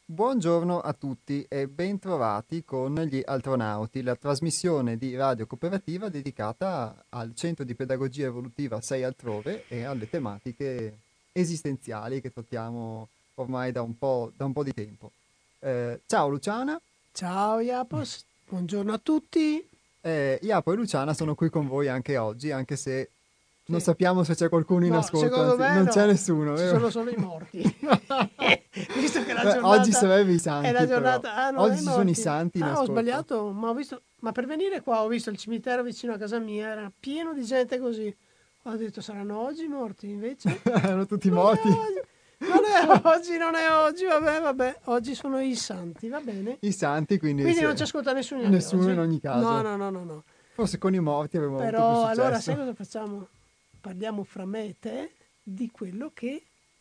Buongiorno a tutti e bentrovati con gli Altronauti, la trasmissione di radio cooperativa dedicata al Centro di Pedagogia Evolutiva 6 Altrove e alle tematiche esistenziali che trattiamo ormai da un po' di tempo. Ciao Luciana, Ciao Iapos, buongiorno a tutti. Iapo e Luciana sono qui con voi anche oggi, anche se non Sì. sappiamo se c'è qualcuno in No, ascolto, secondo anzi me non c'è no, nessuno, ci vero? sono solo i morti. Visto che la Beh, oggi giornata sarebbero i è la santi però. giornata... Ah, non è Oggi i ci sono i morti. santi in Ah, ho ascolto. sbagliato, ma ho visto... Ma per venire qua ho visto il cimitero vicino a casa mia, era pieno di gente così. Ho detto, saranno oggi i morti, invece... Erano tutti Non è morti. oggi, non è oggi, non è oggi, vabbè, oggi sono i santi, va bene. I santi, quindi Quindi non ci ascolta nessuno neanche nessuno in oggi? ogni No, caso. no, no, no, no. Forse con i morti avremmo avuto più Però allora sai successo. cosa facciamo? Parliamo fra me e te di quello che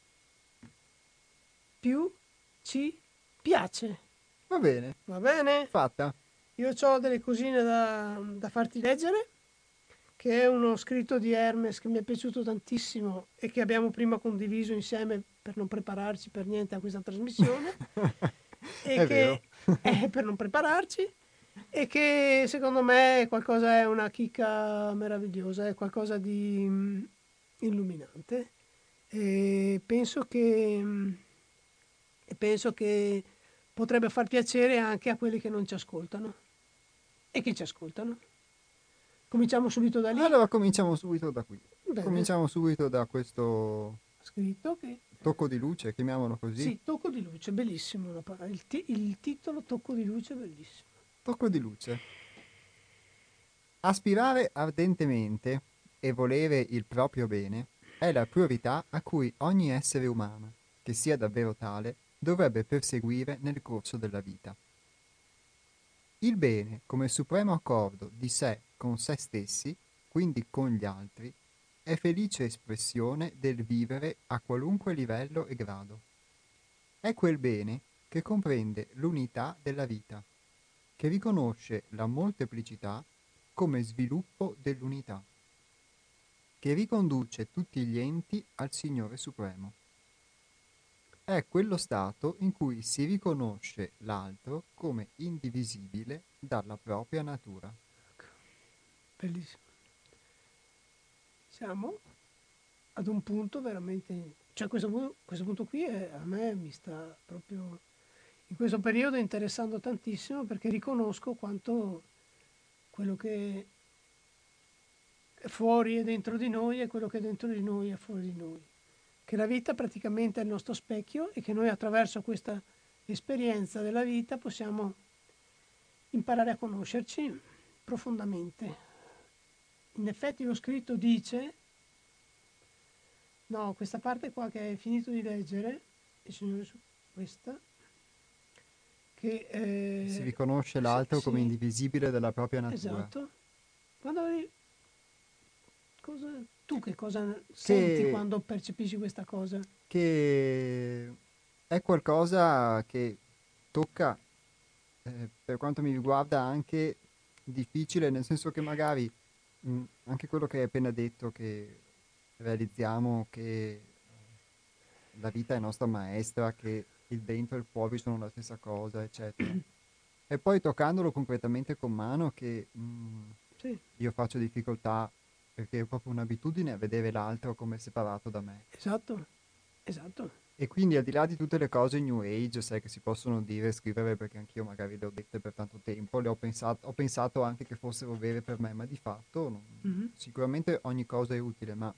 più ci piace. Va bene, Va bene? fatta. Io ho delle cosine da farti leggere, che è uno scritto di Hermes che mi è piaciuto tantissimo e che abbiamo prima condiviso insieme per non prepararci per niente a questa trasmissione, e È vero. che è per non prepararci, e che secondo me è qualcosa, è una chicca meravigliosa, è qualcosa di illuminante. E penso che potrebbe far piacere anche a quelli che non ci ascoltano e che ci ascoltano. Cominciamo subito da lì. Allora cominciamo subito da qui. Bene, Cominciamo subito da questo ha scritto che tocco di luce, chiamiamolo così. sì, tocco di luce, bellissimo il titolo tocco di luce, bellissimo. Tocco di luce. Aspirare ardentemente e volere il proprio bene è la priorità a cui ogni essere umano, che sia davvero tale, dovrebbe perseguire nel corso della vita. Il bene, come supremo accordo di sé con se stessi, quindi con gli altri, è felice espressione del vivere a qualunque livello e grado. È quel bene che comprende l'unità della vita, che riconosce la molteplicità come sviluppo dell'unità, che riconduce tutti gli enti al Signore Supremo. È quello stato in cui si riconosce l'altro come indivisibile dalla propria natura. Bellissimo. Siamo ad un punto veramente, cioè questo punto qui a me mi sta proprio in questo periodo interessando tantissimo, perché riconosco quanto quello che è fuori è dentro di noi e quello che è dentro di noi è fuori di noi. Che la vita praticamente è il nostro specchio e che noi attraverso questa esperienza della vita possiamo imparare a conoscerci profondamente. In effetti lo scritto dice, no, questa parte qua che hai finito di leggere, il Signore su questa, che Si riconosce l'altro come sì, indivisibile dalla propria natura. esatto. Quando cosa, tu che cosa senti Che, quando percepisci questa cosa? che è qualcosa che tocca, per quanto mi riguarda, anche difficile, nel senso che magari anche quello che hai appena detto, che realizziamo che la vita è nostra maestra, che il dentro e il fuori sono la stessa cosa, eccetera. E poi toccandolo concretamente con mano che Sì, io faccio difficoltà perché è proprio un'abitudine a vedere l'altro come separato da me. esatto, esatto. E quindi al di là di tutte le cose New Age, sai, che si possono dire e scrivere, perché anch'io magari le ho dette per tanto tempo, ho pensato anche che fossero vere per me, ma di fatto Mhm. sicuramente ogni cosa è utile, ma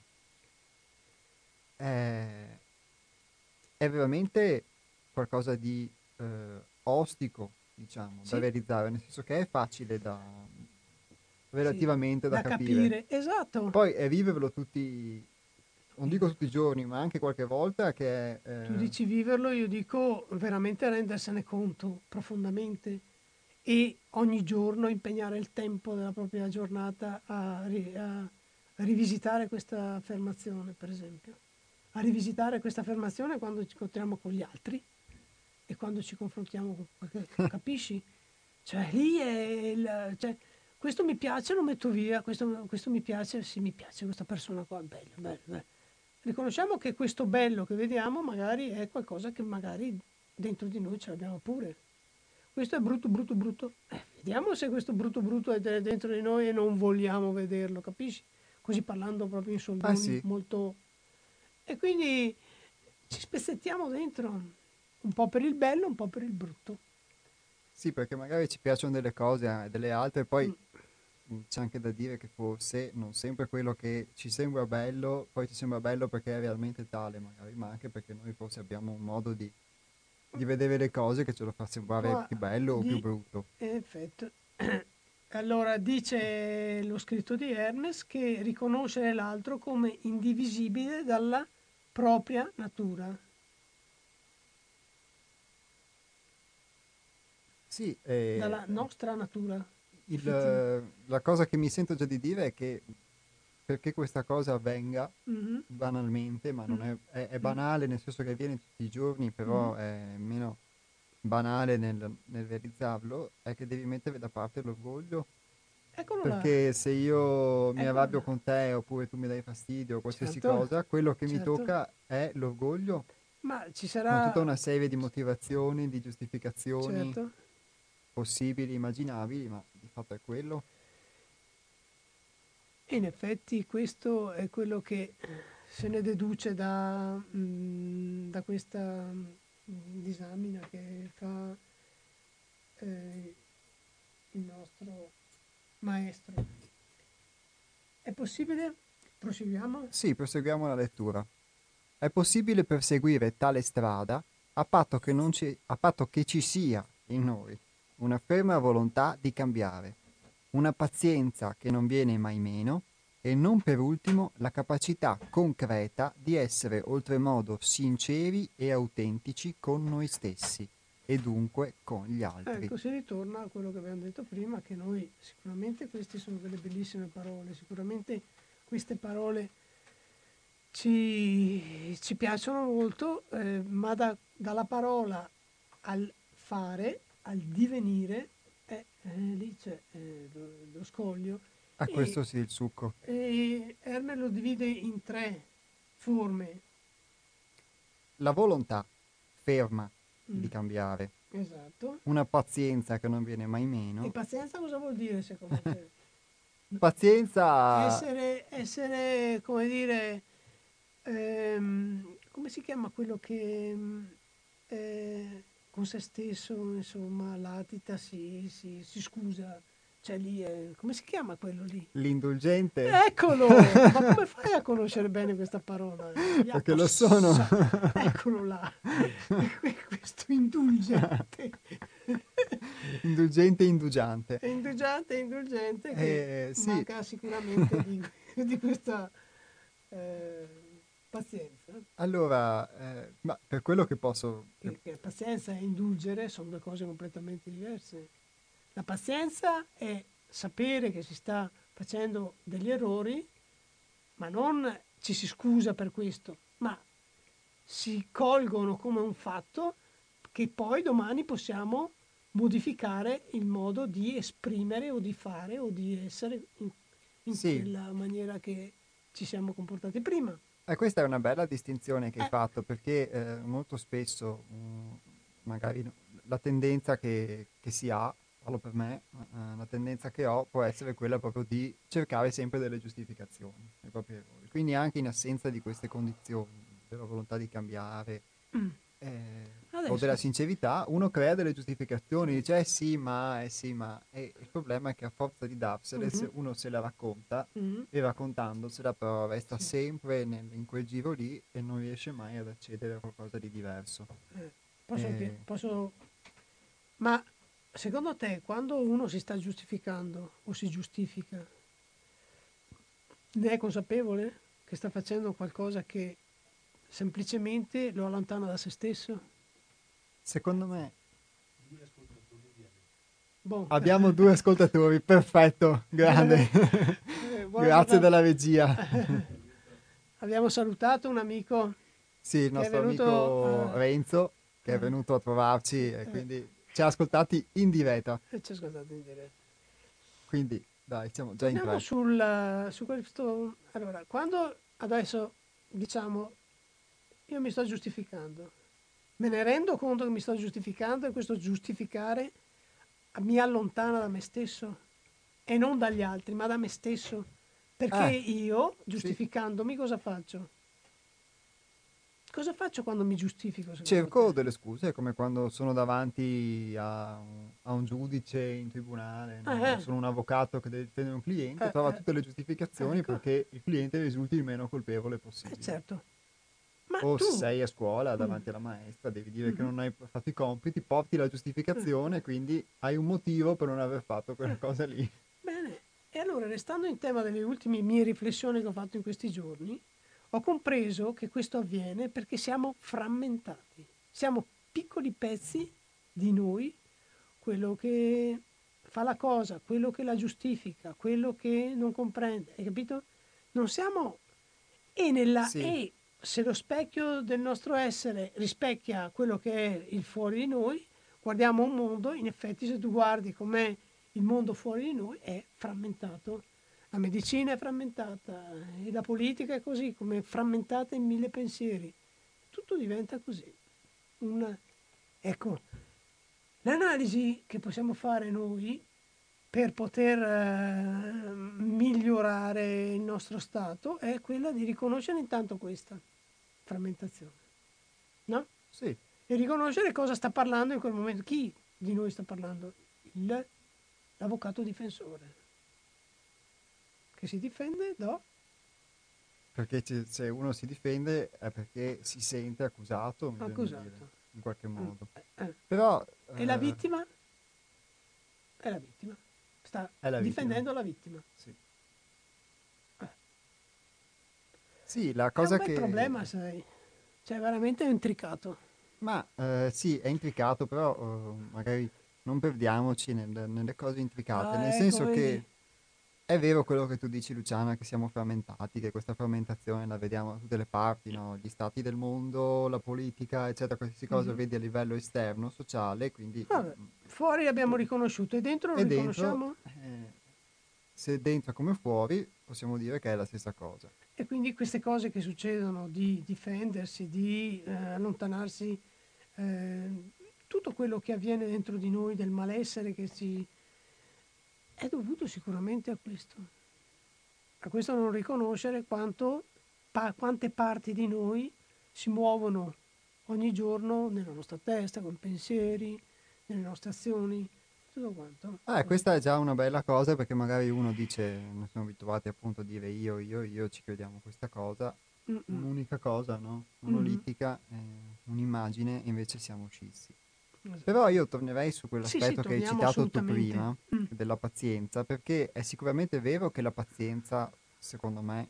è, è veramente qualcosa di ostico, diciamo, da Sì, realizzare, nel senso che è facile sì, relativamente da da capire. capire, esatto. Poi è viverlo tutti, non dico Vive. tutti i giorni, ma anche qualche volta che è... Tu dici viverlo, io dico veramente rendersene conto profondamente e ogni giorno impegnare il tempo della propria giornata a rivisitare questa affermazione, per esempio. A rivisitare questa affermazione quando ci incontriamo con gli altri e quando ci confrontiamo con capisci? Cioè lì è il... Cioè, questo mi piace, lo metto via, questo mi piace, sì mi piace, questa persona qua, bello, bello, bello. Riconosciamo che questo bello che vediamo magari è qualcosa che magari dentro di noi ce l'abbiamo pure. Questo è brutto, brutto, brutto. Vediamo se questo brutto, brutto è dentro di noi e non vogliamo vederlo, capisci? Così parlando proprio in Ah soldoni sì, molto... E quindi ci spezzettiamo dentro, un po' per il bello, un po' per il brutto. sì, perché magari ci piacciono delle cose e delle altre, poi Mm. c'è anche da dire che forse non sempre quello che ci sembra bello, poi ci sembra bello perché è realmente tale, magari, ma anche perché noi forse abbiamo un modo di vedere le cose che ce lo fa sembrare Ma più bello o più di brutto. effetto. Allora dice lo scritto di Hermes che riconoscere l'altro come indivisibile dalla propria natura. Sì, Dalla nostra natura, effettivamente. la cosa che mi sento già di dire è che perché questa cosa avvenga Mhm, banalmente, ma non mm, è mm, banale nel senso che avviene tutti i giorni, mhm. però è meno banale nel realizzarlo, è che devi mettere da parte l'orgoglio, Eccolo là, perché se io mi eccolo arrabbio là. con te oppure tu mi dai fastidio o qualsiasi Certo, cosa, quello che mi certo. tocca è l'orgoglio Ma ci con tutta sarà, una serie di motivazioni, di giustificazioni certo. possibili, immaginabili, ma di fatto è quello. E in effetti questo è quello che se ne deduce da questa disamina che fa eh, il nostro maestro. È possibile? Proseguiamo? Sì, proseguiamo la lettura. È possibile perseguire tale strada a patto che ci sia in noi una ferma volontà di cambiare, una pazienza che non viene mai meno e non per ultimo la capacità concreta di essere oltremodo sinceri e autentici con noi stessi e dunque con gli altri. Ecco, si ritorna a quello che abbiamo detto prima, che noi sicuramente queste sono delle bellissime parole, sicuramente queste parole ci piacciono molto, ma dalla parola al fare, al divenire, lì c'è lo scoglio A e, questo sì il succo. e Hermes lo divide in tre forme. La volontà ferma di Mm, cambiare, esatto. una pazienza che non viene mai E meno. pazienza cosa vuol dire secondo te? Pazienza. Essere, come dire, come si chiama quello che con se stesso, insomma, latita, si scusa, cioè lì, come si chiama quello lì? L'indulgente? Eccolo! Ma come fai a conoscere bene questa parola? Perché lo sono. Eccolo là, questo indulgente. Indulgente e indugiante. È indulgente, è indulgente che Sì, manca sicuramente di questa eh, pazienza. allora, ma per quello che posso... Che pazienza e indulgere sono due cose completamente diverse. La pazienza è sapere che si sta facendo degli errori, ma non ci si scusa per questo, ma si colgono come un fatto che poi domani possiamo modificare il modo di esprimere o di fare o di essere in Sì, quella maniera che ci siamo comportati prima. e questa è una bella distinzione che hai Eh, fatto perché molto spesso magari la tendenza che si ha, parlo per me, la tendenza che ho può essere quella proprio di cercare sempre delle giustificazioni ai propri errori. Quindi anche in assenza di queste condizioni, della volontà di cambiare o della adesso, sincerità, uno crea delle giustificazioni, dice eh sì ma, e il problema è che a forza di darsele mhm, uno se la racconta mhm, e raccontandosela però resta sì, sempre in quel giro lì e non riesce mai ad accedere a qualcosa di diverso. eh, Eh, ma secondo te quando uno si sta giustificando o si giustifica, ne è consapevole che sta facendo qualcosa che semplicemente lo allontana da se stesso? secondo me Boh, abbiamo due ascoltatori, perfetto, grande, buona grazie giornata. della regia. Abbiamo salutato un amico Sì, il che è nostro venuto amico Renzo che è a- venuto a trovarci e eh, quindi ci ha ascoltati in diretta, e ci ha ascoltato in diretta. quindi dai, siamo già in Torniamo tre. su questo. Allora, quando adesso diciamo io mi sto giustificando, Me ne rendo conto che mi sto giustificando e questo giustificare mi allontana da me stesso e non dagli altri, ma da me stesso. Perché Eh, io, sì. giustificandomi, cosa faccio? Cosa faccio quando mi giustifico secondo Cerco te? delle scuse, come quando sono davanti a un giudice in tribunale, no? O Eh, sono un avvocato che deve difendere un cliente, trova eh, tutte le giustificazioni ecco, perché il cliente risulti il meno colpevole possibile. certo. Ma O se tu, sei a scuola mm, davanti alla maestra, devi dire che mhm, non hai fatto i compiti, porti la giustificazione, quindi hai un motivo per non aver fatto quella cosa lì. bene. E allora, restando in tema delle ultime mie riflessioni che ho fatto in questi giorni, ho compreso che questo avviene perché siamo frammentati. Siamo piccoli pezzi di noi, quello che fa la cosa, quello che la giustifica, quello che non comprende, hai capito? Non siamo Sì, e se lo specchio del nostro essere rispecchia quello che è il fuori di noi, guardiamo un mondo, in effetti se tu guardi com'è il mondo fuori di noi è frammentato. La medicina è frammentata e la politica è così, come è frammentata in mille pensieri. Tutto diventa così. Un- ecco, l'analisi che possiamo fare noi per poter migliorare il nostro stato è quella di riconoscere intanto questa frammentazione, no? sì. E riconoscere cosa sta parlando in quel momento, chi di noi sta parlando, il, l'avvocato difensore, che si difende da Perché se uno si difende è perché si sente accusato, mi viene da dire, accusato. in qualche Mm, modo. eh. Però E la vittima è la vittima, sta è la vittima. difendendo la vittima. Sì. Sì, la È un cosa bel problema, che... sai, cioè veramente intricato. Ma sì, è intricato, però magari non perdiamoci nelle cose intricate, nel Ah, ecco, senso che vedi. è vero quello che tu dici, Luciana, che siamo frammentati, che questa frammentazione la vediamo da tutte le parti, no? Gli stati del mondo, la politica, eccetera, qualsiasi cosa Mhm. vedi a livello esterno, sociale, quindi Vabbè, fuori l'abbiamo riconosciuto e dentro lo e dentro, riconosciamo se dentro come fuori, possiamo dire che è la stessa cosa. e quindi queste cose che succedono di difendersi, di allontanarsi, eh, tutto quello che avviene dentro di noi del malessere che si... è dovuto sicuramente a questo non riconoscere quante parti di noi si muovono ogni giorno nella nostra testa, con pensieri, nelle nostre azioni, tutto quanto. Questa è già una bella cosa perché magari uno dice, noi siamo abituati appunto a dire io, ci crediamo questa cosa, Mm-mm. un'unica cosa, no? Mhm. Monolitica, un'immagine, e invece siamo scissi. Però Esatto. io tornerei su Sì, sì, quell'aspetto che hai torniamo citato tu assolutamente. prima, della pazienza, perché è sicuramente vero che la pazienza, secondo me,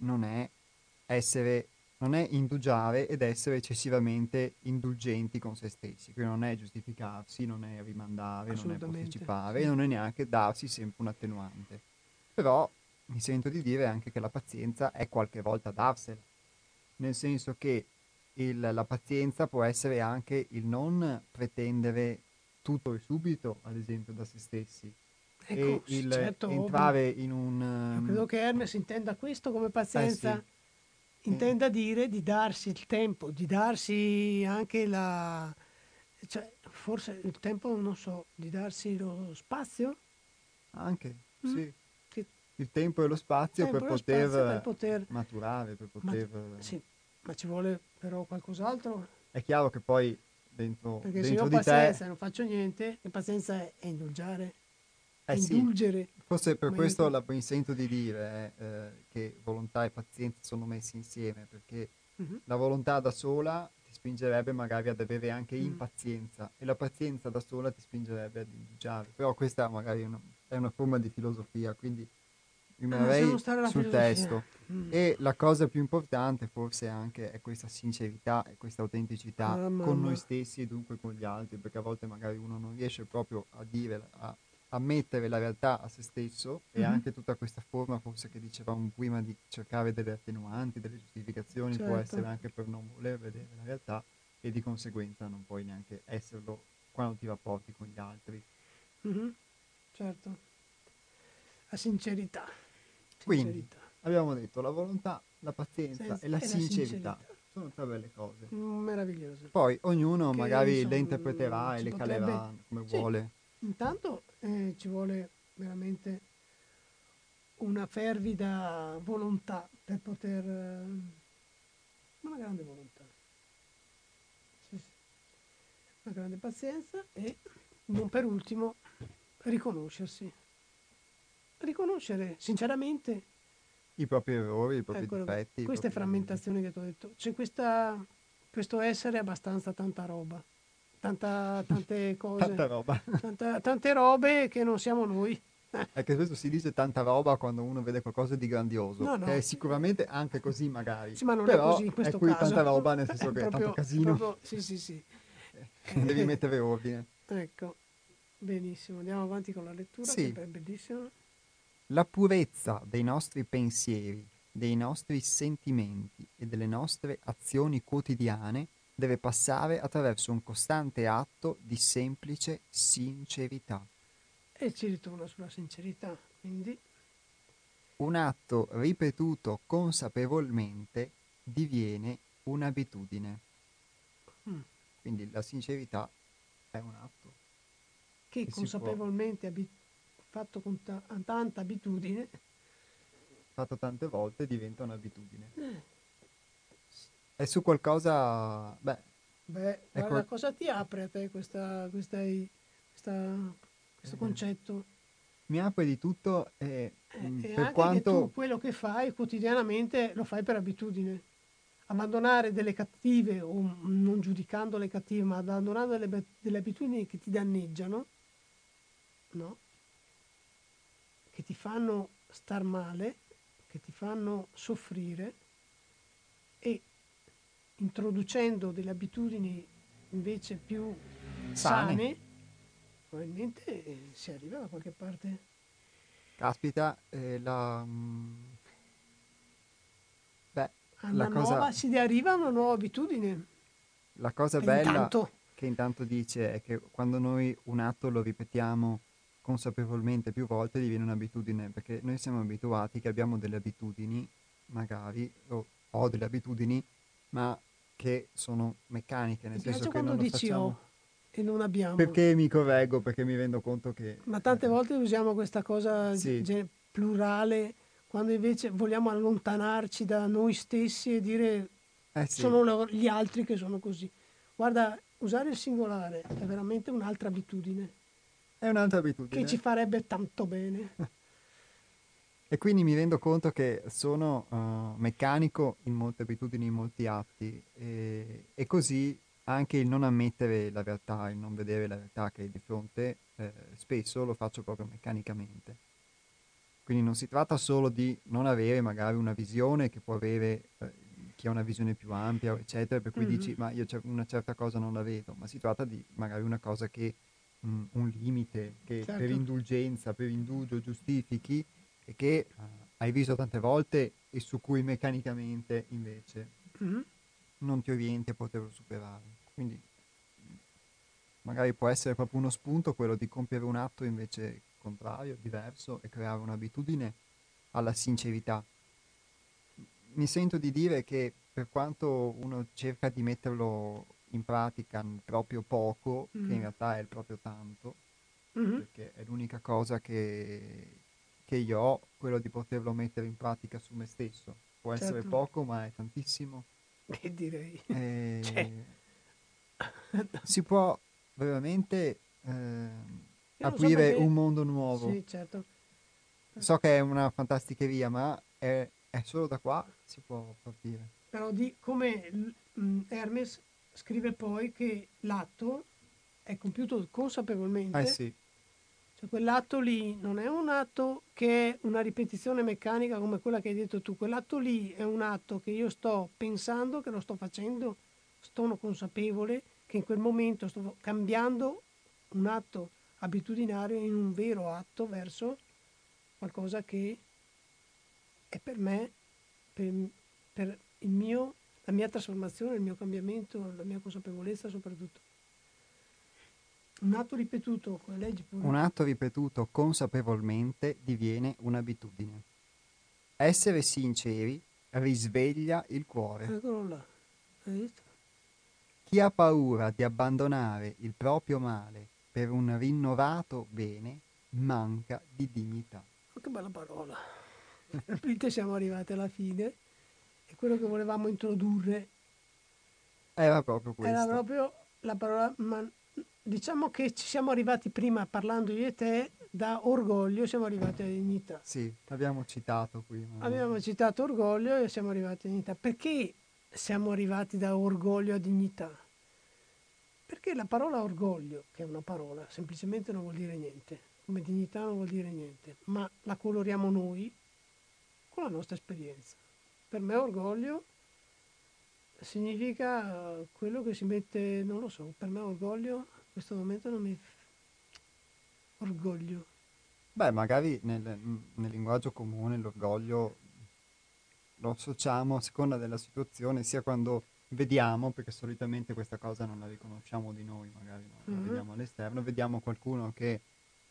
essere, non è indugiare ed essere eccessivamente indulgenti con se stessi, quindi non è giustificarsi, non è rimandare, non è Assolutamente, posticipare e sì. non è neanche darsi sempre un attenuante. Però mi sento di dire anche che la pazienza è qualche volta darsela, nel senso che la pazienza può essere anche il non pretendere tutto e subito, ad esempio, da se stessi, e Ecco, sì, il certo, ovvio. entrare in un... Io credo che Hermes intenda questo come eh sì, pazienza, eh, intenda dire di darsi il tempo, di darsi anche la... cioè, forse il tempo, non so, di darsi lo spazio? anche, Mm? sì, Che il tempo e lo spazio per tempo e lo spazio per poter poter... maturare, per Ma, poter... sì, ma ci vuole però qualcos'altro? È chiaro che poi dentro, Perché se io ho dentro di te, pazienza e non faccio niente, che pazienza è indulgere, è eh sì, indulgere, forse per ma questo mi sento di dire che volontà e pazienza sono messi insieme, perché Mhm, la volontà da sola ti spingerebbe magari ad avere anche mm. impazienza e la pazienza da sola ti spingerebbe ad indugiare, però questa magari è una forma di filosofia, quindi Lasciamo rimarrei stare la sul filosofia. testo. Mm. E la cosa più importante forse anche è questa sincerità e questa autenticità Ah, con noi mamma. stessi e dunque con gli altri, perché a volte magari uno non riesce proprio a dire, a mettere la realtà a se stesso e Mhm, anche tutta questa forma forse che dicevamo prima di cercare delle attenuanti, delle giustificazioni, può essere certo. anche per non voler vedere la realtà e di conseguenza non puoi neanche esserlo quando ti rapporti con gli altri. Mhm, certo. La sincerità. Quindi Sincerità. abbiamo detto la volontà, la pazienza e la E la sincerità sincerità. Sono tre belle cose. meravigliose. Poi ognuno Che magari le insomma interpreterà e si le potrebbe... calerà come Sì, vuole. intanto ci vuole veramente una fervida volontà per poter... una grande volontà, sì, sì, una grande pazienza e non per ultimo riconoscersi. Riconoscere sinceramente, I propri errori, i propri ecco, difetti, i queste propri... frammentazioni che ti ho detto, c'è questo essere abbastanza tanta roba, tante cose, Tanta roba. tante robe che non siamo noi. È che spesso si dice tanta roba quando uno vede qualcosa di grandioso, No, che è no, sicuramente anche così magari, sì, ma non è però così in è questo qui tanta caso. roba nel senso che è tanto È casino, proprio, sì, sì, sì. devi mettere ordine. Ecco, benissimo, andiamo avanti con la lettura che Sì, è bellissima. la purezza dei nostri pensieri, dei nostri sentimenti e delle nostre azioni quotidiane deve passare attraverso un costante atto di semplice sincerità. E ci ritorna sulla sincerità, quindi Un atto ripetuto consapevolmente diviene un'abitudine. mm, Quindi la sincerità è un atto che che si può, consapevolmente fatto con tanta abitudine, fatto tante volte, diventa un'abitudine. È su qualcosa, beh, beh, è guarda cosa ti apre a te questo eh, concetto. mi apre di tutto e E per anche che tu quanto, quello che fai quotidianamente lo fai per abitudine. Abbandonare delle cattive, o non giudicandole cattive, ma abbandonare delle abitudini che ti danneggiano, no? Che ti fanno star male, che ti fanno soffrire e introducendo delle abitudini invece più sane, sane, probabilmente si arriva da qualche parte. caspita, beh, la cosa, Si arriva a una nuova abitudine. la cosa E bella intanto, che intanto dice è che quando noi un atto lo ripetiamo consapevolmente più volte diviene un'abitudine, perché noi siamo abituati che abbiamo delle abitudini, magari, o ho delle abitudini, ma che sono meccaniche, mi nel senso piace che quando non lo dici facciamo ho e non abbiamo, perché mi correggo, perché mi rendo conto che... ma tante volte usiamo questa cosa sì, plurale quando invece vogliamo allontanarci da noi stessi e dire eh sì, sono gli altri che sono così. Guarda, usare il singolare è veramente un'altra abitudine è un'altra che ci abitudine. farebbe tanto bene. E quindi mi rendo conto che sono meccanico in molte abitudini, in molti atti, e così anche il non ammettere la realtà, il non vedere la realtà che è di fronte, spesso lo faccio proprio meccanicamente. Quindi non si tratta solo di non avere magari una visione che può avere chi ha una visione più ampia, eccetera, per cui Mhm, dici ma io una certa cosa non la vedo, ma si tratta di magari una cosa che, un limite che per certo. indulgenza, per indugio giustifichi e che hai visto tante volte e su cui meccanicamente invece Mhm. non ti orienti a poterlo superare. Quindi magari può essere proprio uno spunto quello di compiere un atto invece contrario, diverso e creare un'abitudine alla sincerità. Mi sento di dire che per quanto uno cerca di metterlo in pratica proprio poco, che in Mhm. realtà è il proprio tanto, Mhm. perché è l'unica cosa che io ho, quello di poterlo mettere in pratica su me stesso. Può essere Certo, poco, ma è tantissimo. che direi. Cioè, E si può veramente io non so aprire perché, un mondo nuovo. sì, certo. So che è una fantasticheria, ma è solo da qua che si può partire. Però come Hermes scrive poi che l'atto è compiuto Eh consapevolmente, sì, cioè quell'atto lì non è un atto che è una ripetizione meccanica come quella che hai detto tu, quell'atto lì è un atto che io sto pensando che lo sto facendo, sono consapevole che in quel momento sto cambiando un atto abitudinario in un vero atto verso qualcosa che è per me, per, per la mia trasformazione, il mio cambiamento, la mia consapevolezza soprattutto. Un atto ripetuto, leggi un pure. atto ripetuto consapevolmente diviene un'abitudine. Essere sinceri risveglia il cuore. Eccolo là. Hai visto? Chi ha paura di abbandonare il proprio male per un rinnovato bene manca di dignità. Oh, che bella parola. Veramente siamo arrivati alla fine e quello che volevamo introdurre Era proprio era questo. proprio la parola, ma diciamo che ci siamo arrivati prima parlando io e te da orgoglio, siamo arrivati a dignità. Sì, l'abbiamo citato qui. Abbiamo citato orgoglio e siamo arrivati a dignità. Perché siamo arrivati da orgoglio a dignità? Perché la parola orgoglio, che è una parola, semplicemente non vuol dire niente, come dignità non vuol dire niente, ma la coloriamo noi con la nostra esperienza. Per me orgoglio significa quello che si mette, non lo so, per me orgoglio, in questo momento non mi... Orgoglio. Beh, magari nel linguaggio comune l'orgoglio lo associamo a seconda della situazione, sia quando vediamo, perché solitamente questa cosa non la riconosciamo di noi, magari no, la Mhm. vediamo all'esterno, vediamo qualcuno che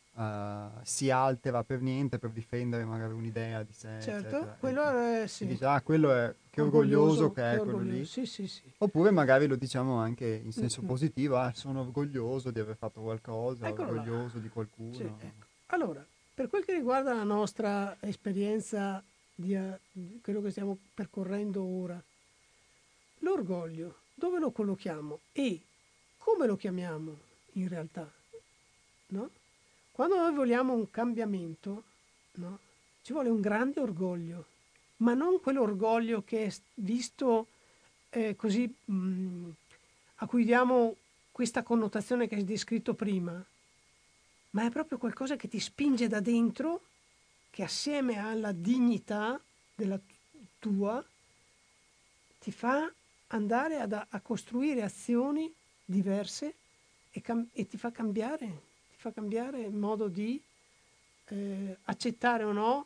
si altera per niente per difendere magari un'idea di sé, Certo, eccetera, quello è, e sì, dice, ah, quello è, che orgoglioso orgoglioso, che che è quello orgoglioso, lì. sì, sì, sì. Oppure magari lo diciamo anche in senso Mm-mm. positivo, ah, sono orgoglioso di aver fatto qualcosa, Eccolo là. orgoglioso di Sì, qualcuno. ecco. Allora, per quel che riguarda la nostra esperienza di quello che stiamo percorrendo ora, l'orgoglio, dove lo collochiamo e come lo chiamiamo in realtà, no? Quando noi vogliamo un cambiamento, no? Ci vuole un grande orgoglio, ma non quell'orgoglio che è visto così, a cui diamo questa connotazione che hai descritto prima, ma è proprio qualcosa che ti spinge da dentro, che assieme alla dignità della tua ti fa andare a costruire azioni diverse e ti fa cambiare il modo di accettare o no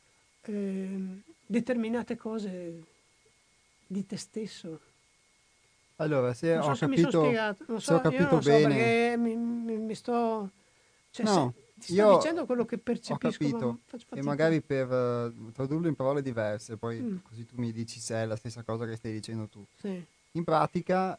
determinate cose di te stesso. Allora, se Non so ho se mi sono capito, spiegato, non se ho so, io capito non so bene, perché mi sto... Cioè, se no, ti sto io dicendo quello che ho percepisco, ma capito faccio e fatica. magari per tradurlo in parole diverse, poi Mm, così tu mi dici se è la stessa cosa che stai dicendo tu. sì. In pratica,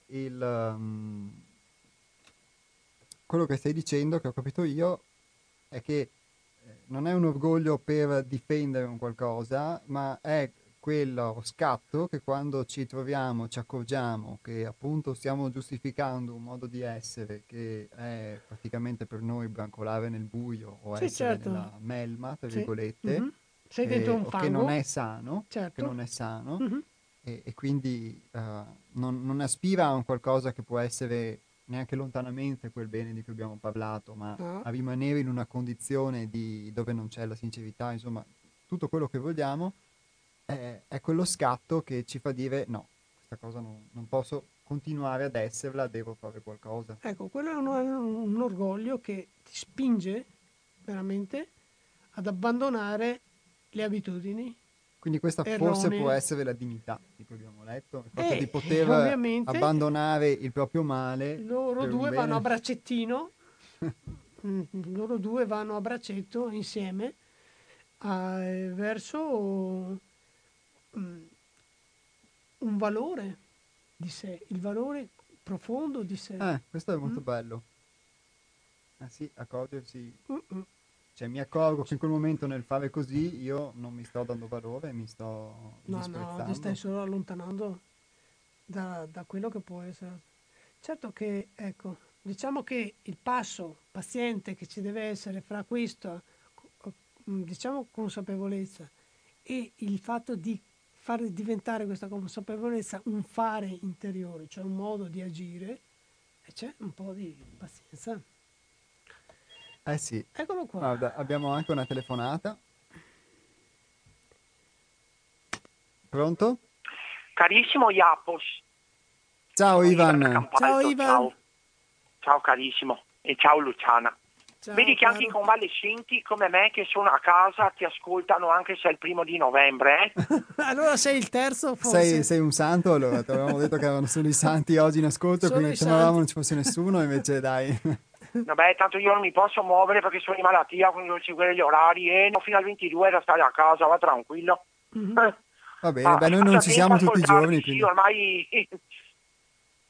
quello che stai dicendo, che ho capito io, è che non è un orgoglio per difendere un qualcosa, ma è quello scatto che quando ci troviamo, ci accorgiamo che appunto stiamo giustificando un modo di essere che è praticamente per noi brancolare nel buio o Sì, essere certo. nella melma, tra Sì. virgolette, Mhm. Sei dentro un o che non fango, è sano, che certo. non è sano, Mhm. e quindi non aspira a un qualcosa che può essere neanche lontanamente quel bene di cui abbiamo parlato, ma No. a rimanere in una condizione dove non c'è la sincerità, insomma, tutto quello che vogliamo, è quello scatto che ci fa dire no, questa cosa non posso continuare ad esserla, devo fare qualcosa. Ecco, quello è un orgoglio che ti spinge veramente ad abbandonare le abitudini Quindi questa forse può erronee essere la dignità di cui abbiamo letto, il fatto di e poter ovviamente abbandonare il proprio male loro per un due vanno a bene. bracettino, loro due vanno a braccetto insieme verso mm, un valore di sé, il valore profondo di sé. Questo è Mm? molto bello. Sì, accorgersi, Mm-mm. cioè mi accorgo che in quel momento nel fare così io non mi sto dando valore, mi sto No, no, ti stai disprezzando. solo allontanando da quello che può essere. Certo che, ecco, diciamo che il passo paziente che ci deve essere fra questa, diciamo, consapevolezza e il fatto di far diventare questa consapevolezza un fare interiore, cioè un modo di agire, e c'è un po' di pazienza. Eh sì, Eccolo qua. guarda, abbiamo anche una telefonata. Pronto? Carissimo Iapos, Ciao sono Ivan da Ivan. Ciao Campalto, Ivan. ciao, ciao carissimo e ciao Luciana. Ciao Vedi che anche i caro. convalescenti come me che sono a casa ti ascoltano anche se è il 1 novembre, eh? Allora sei il terzo Sei, forse? sei un santo allora, ti avevamo detto che erano solo i santi oggi in ascolto, Solo quindi i temevamo santi. non ci fosse nessuno, invece dai. Vabbè, tanto io non mi posso muovere perché sono in malattia, quindi devo seguire gli orari e no, fino al 22 da stare a casa, va tranquillo. Mhm. Eh, Va bene, beh, noi non faccia ci tempo siamo a tutti i giorni, ascoltarvi, sì, quindi... ormai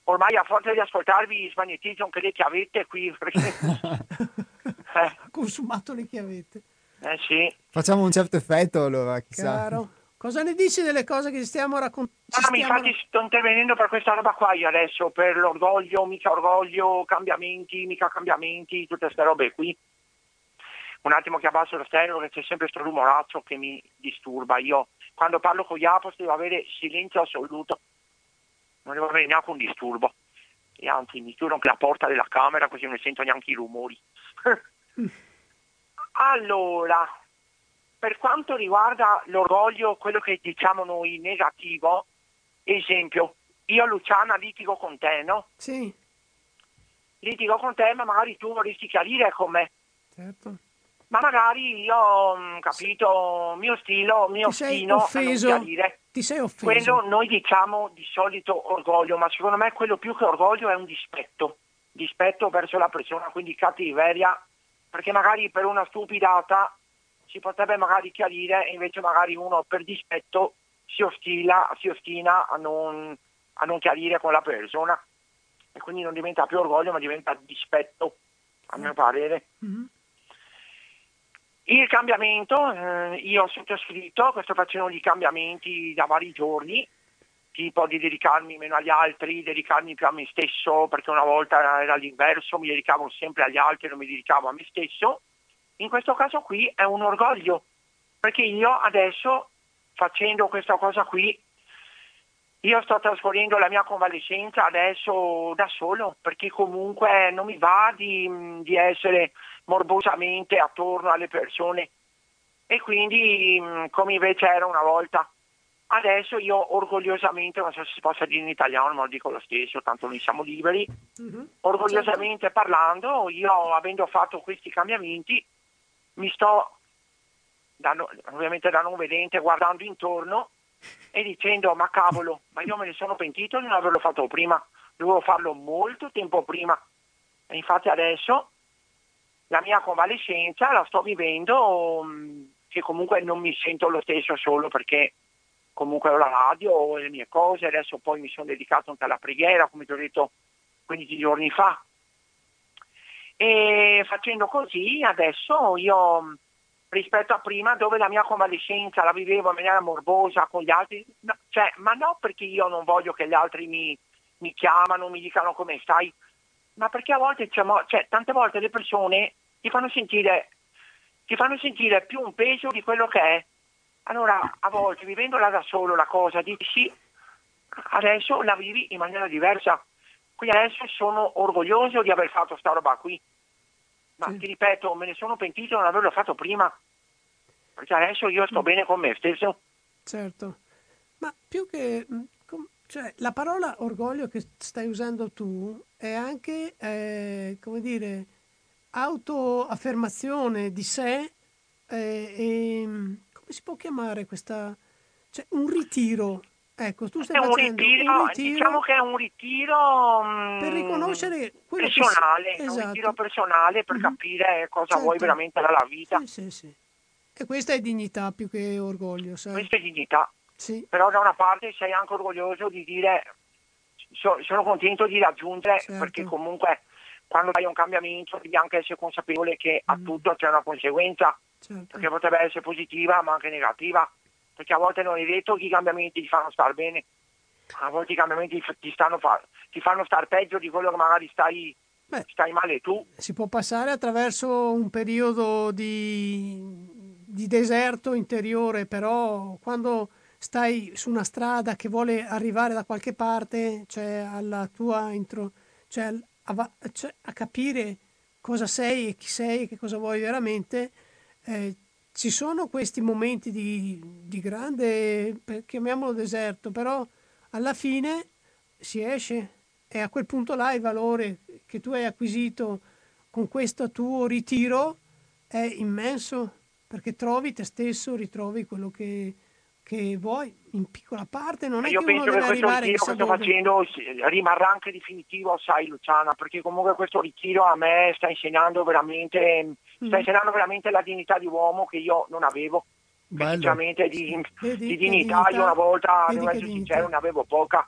ormai a forza di ascoltarvi smagnetizzo anche le chiavette qui, perché... Consumato le chiavette. Sì. Facciamo un certo effetto allora, chissà. Caro, cosa ne dici delle cose che ti stiamo raccontando? Infatti sto intervenendo per questa roba qua io adesso, per l'orgoglio, mica orgoglio, cambiamenti, mica cambiamenti, tutte queste robe qui. Un attimo che abbasso lo stereo perché c'è sempre questo rumorazzo che mi disturba. Io quando parlo con gli Apos devo avere silenzio assoluto, non devo avere neanche un disturbo. E anzi mi chiudo anche la porta della camera così non sento neanche i rumori. Allora, per quanto riguarda l'orgoglio, quello che diciamo noi negativo, esempio, io Luciana litigo con te, no? Sì. Litigo con te, ma magari tu vorresti chiarire con me. Certo. Ma magari io, capito, mio stilo, mio stilo a non chiarire. Ti sei offeso. Quello noi diciamo di solito orgoglio, ma secondo me quello più che orgoglio è un dispetto. Dispetto verso la persona, quindi cattiveria, perché magari per una stupidata si potrebbe magari chiarire e invece magari uno per dispetto si ostina a non chiarire con la persona e quindi non diventa più orgoglio ma diventa dispetto, a mio parere. Mm-hmm. Il cambiamento, io ho sottoscritto, sto facendo dei cambiamenti da vari giorni, tipo di dedicarmi meno agli altri, dedicarmi più a me stesso, perché una volta era l'inverso, mi dedicavo sempre agli altri, non mi dedicavo a me stesso. In questo caso qui è un orgoglio, perché io adesso, facendo questa cosa qui, io sto trascorrendo la mia convalescenza adesso da solo, perché comunque non mi va di essere morbosamente attorno alle persone e quindi come invece era una volta. Adesso io orgogliosamente, non so se si possa dire in italiano, ma lo dico lo stesso, tanto noi siamo liberi, orgogliosamente parlando, io avendo fatto questi cambiamenti, mi sto, ovviamente da non vedente, guardando intorno e dicendo, ma cavolo, ma io me ne sono pentito di non averlo fatto prima, dovevo farlo molto tempo prima. E infatti adesso la mia convalescenza la sto vivendo, che comunque non mi sento lo stesso solo perché comunque ho la radio, ho le mie cose, adesso poi mi sono dedicato anche alla preghiera, come ti ho detto 15 giorni fa. E facendo così adesso io, rispetto a prima, dove la mia convalescenza la vivevo in maniera morbosa con gli altri, no, cioè, ma non perché io non voglio che gli altri mi chiamano, mi dicano come stai, ma perché a volte, cioè, tante volte le persone ti fanno sentire più un peso di quello che è. Allora, a volte, vivendola da solo la cosa, dici sì, adesso la vivi in maniera diversa. Quindi adesso sono orgoglioso di aver fatto sta roba qui. Ma ti ripeto, me ne sono pentito di non averlo fatto prima. Perché adesso io sto bene con me stesso. Certo. Ma più che... cioè, la parola orgoglio che stai usando tu è anche, come dire, autoaffermazione di sé e come si può chiamare questa... Cioè, un ritiro. Ecco, tu stai facendo un ritiro... Diciamo che è un ritiro per riconoscere quello personale, che... Esatto. È un ritiro Esatto. personale per capire cosa vuoi veramente dalla vita. Sì. E questa è dignità più che orgoglio, sai? Questa è dignità. Sì. Però da una parte sei anche orgoglioso di dire sono contento di raggiungere, perché comunque quando fai un cambiamento devi anche essere consapevole che a tutto c'è una conseguenza, perché potrebbe essere positiva ma anche negativa, perché a volte non è detto che i cambiamenti ti fanno star bene, a volte i cambiamenti ti fanno star peggio di quello che magari stai male tu. Si può passare attraverso un periodo di deserto interiore, però quando stai su una strada che vuole arrivare da qualche parte, cioè alla tua cioè a capire cosa sei e chi sei e che cosa vuoi veramente, ci sono questi momenti di grande, chiamiamolo deserto, però alla fine si esce e a quel punto là il valore che tu hai acquisito con questo tuo ritiro è immenso, perché trovi te stesso, ritrovi quello che vuoi in piccola parte, non è io che uno penso deve che questo arrivare ritiro che sto facendo rimarrà anche definitivo, sai Luciana, perché comunque questo ritiro a me sta insegnando veramente la dignità di uomo che io non avevo. Sinceramente di dignità io una volta, devo essere sincero, ne avevo poca.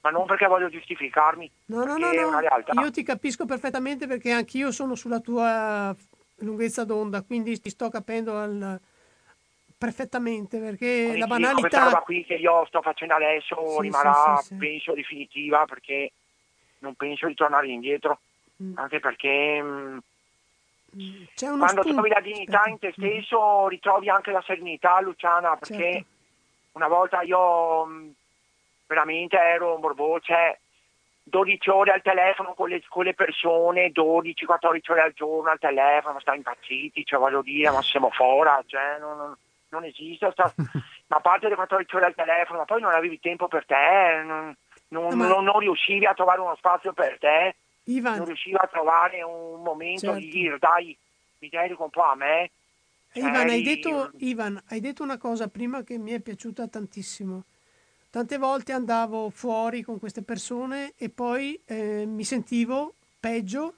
ma non perché voglio giustificarmi, No, no, no, perché è una no, realtà. io ti capisco perfettamente perché anch'io sono sulla tua lunghezza d'onda, quindi ti sto capendo perfettamente perché Quindi la ti dico, questa roba banalità... qui che io sto facendo adesso Sì, sì, sì, rimarrà, sì. penso, definitiva, perché non penso di tornare indietro, Mm, anche perché C'è uno quando trovi spunto. la dignità Aspetta. in te stesso ritrovi anche la serenità, Luciana, Certo. perché una volta io veramente ero morboso, cioè 12 ore al telefono con le persone, 12-14 ore al giorno al telefono, stiamo impazziti, cioè voglio dire, ma siamo fuori, cioè non esiste, ma a parte le 14 ore al telefono, ma poi non avevi tempo per te, No, ma non riuscivi a trovare uno spazio per te, non Ivan, riuscivi a trovare un momento di certo. dire dai, mi dedico un po' a me, cioè Ivan, hai detto una cosa prima che mi è piaciuta tantissimo. Tante volte andavo fuori con queste persone e poi mi sentivo peggio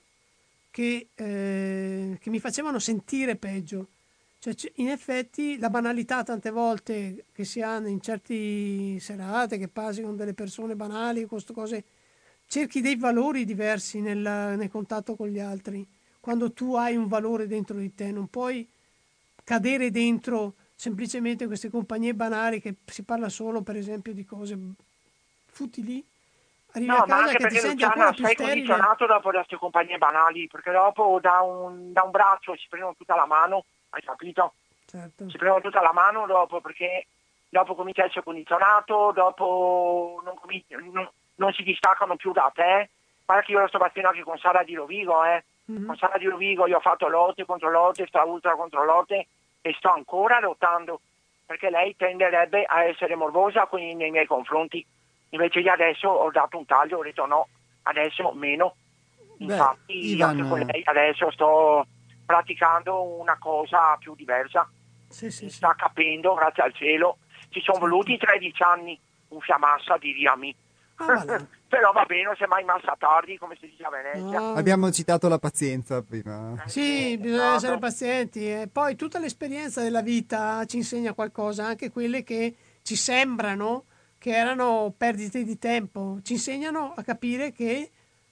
che mi facevano sentire peggio. Cioè, in effetti la banalità tante volte che si hanno in certe serate, che passi con delle persone banali, con queste cose, cerchi dei valori diversi nel contatto con gli altri. Quando tu hai un valore dentro di te, non puoi cadere dentro semplicemente queste compagnie banali che si parla solo, per esempio, di cose futili. Arrivi a no, ma casa anche che ti perché senti ancora Luciana più sei sterile. condizionato dopo queste compagnie banali, perché dopo da un braccio si prendono tutta la mano, hai capito? Certo. Si prendono tutta la mano dopo perché dopo comincia a essere condizionato, dopo non si distaccano più da te. Guarda che io lo sto battendo anche con Sara di Rovigo, Mhm. Con Sara di Rovigo io ho fatto lotte contro lotte, stra ultra contro lotte e sto ancora lottando perché lei tenderebbe a essere morbosa nei miei confronti. Invece io adesso ho dato un taglio, ho detto no, adesso meno. Beh, Infatti anche con Ivan, lei adesso sto praticando una cosa più diversa. Sì, sì, Mi sì, sta capendo, grazie al cielo. Ci sono certo. voluti 13 anni, un fiammassa di Riami. Ma va là. Però va bene, se mai massa tardi, come si dice a Venezia. No, abbiamo no. citato la pazienza prima. Sì, Sì, bisogna essere esatto. pazienti. E poi tutta l'esperienza della vita ci insegna qualcosa, anche quelle che ci sembrano che erano perdite di tempo. Ci insegnano a capire che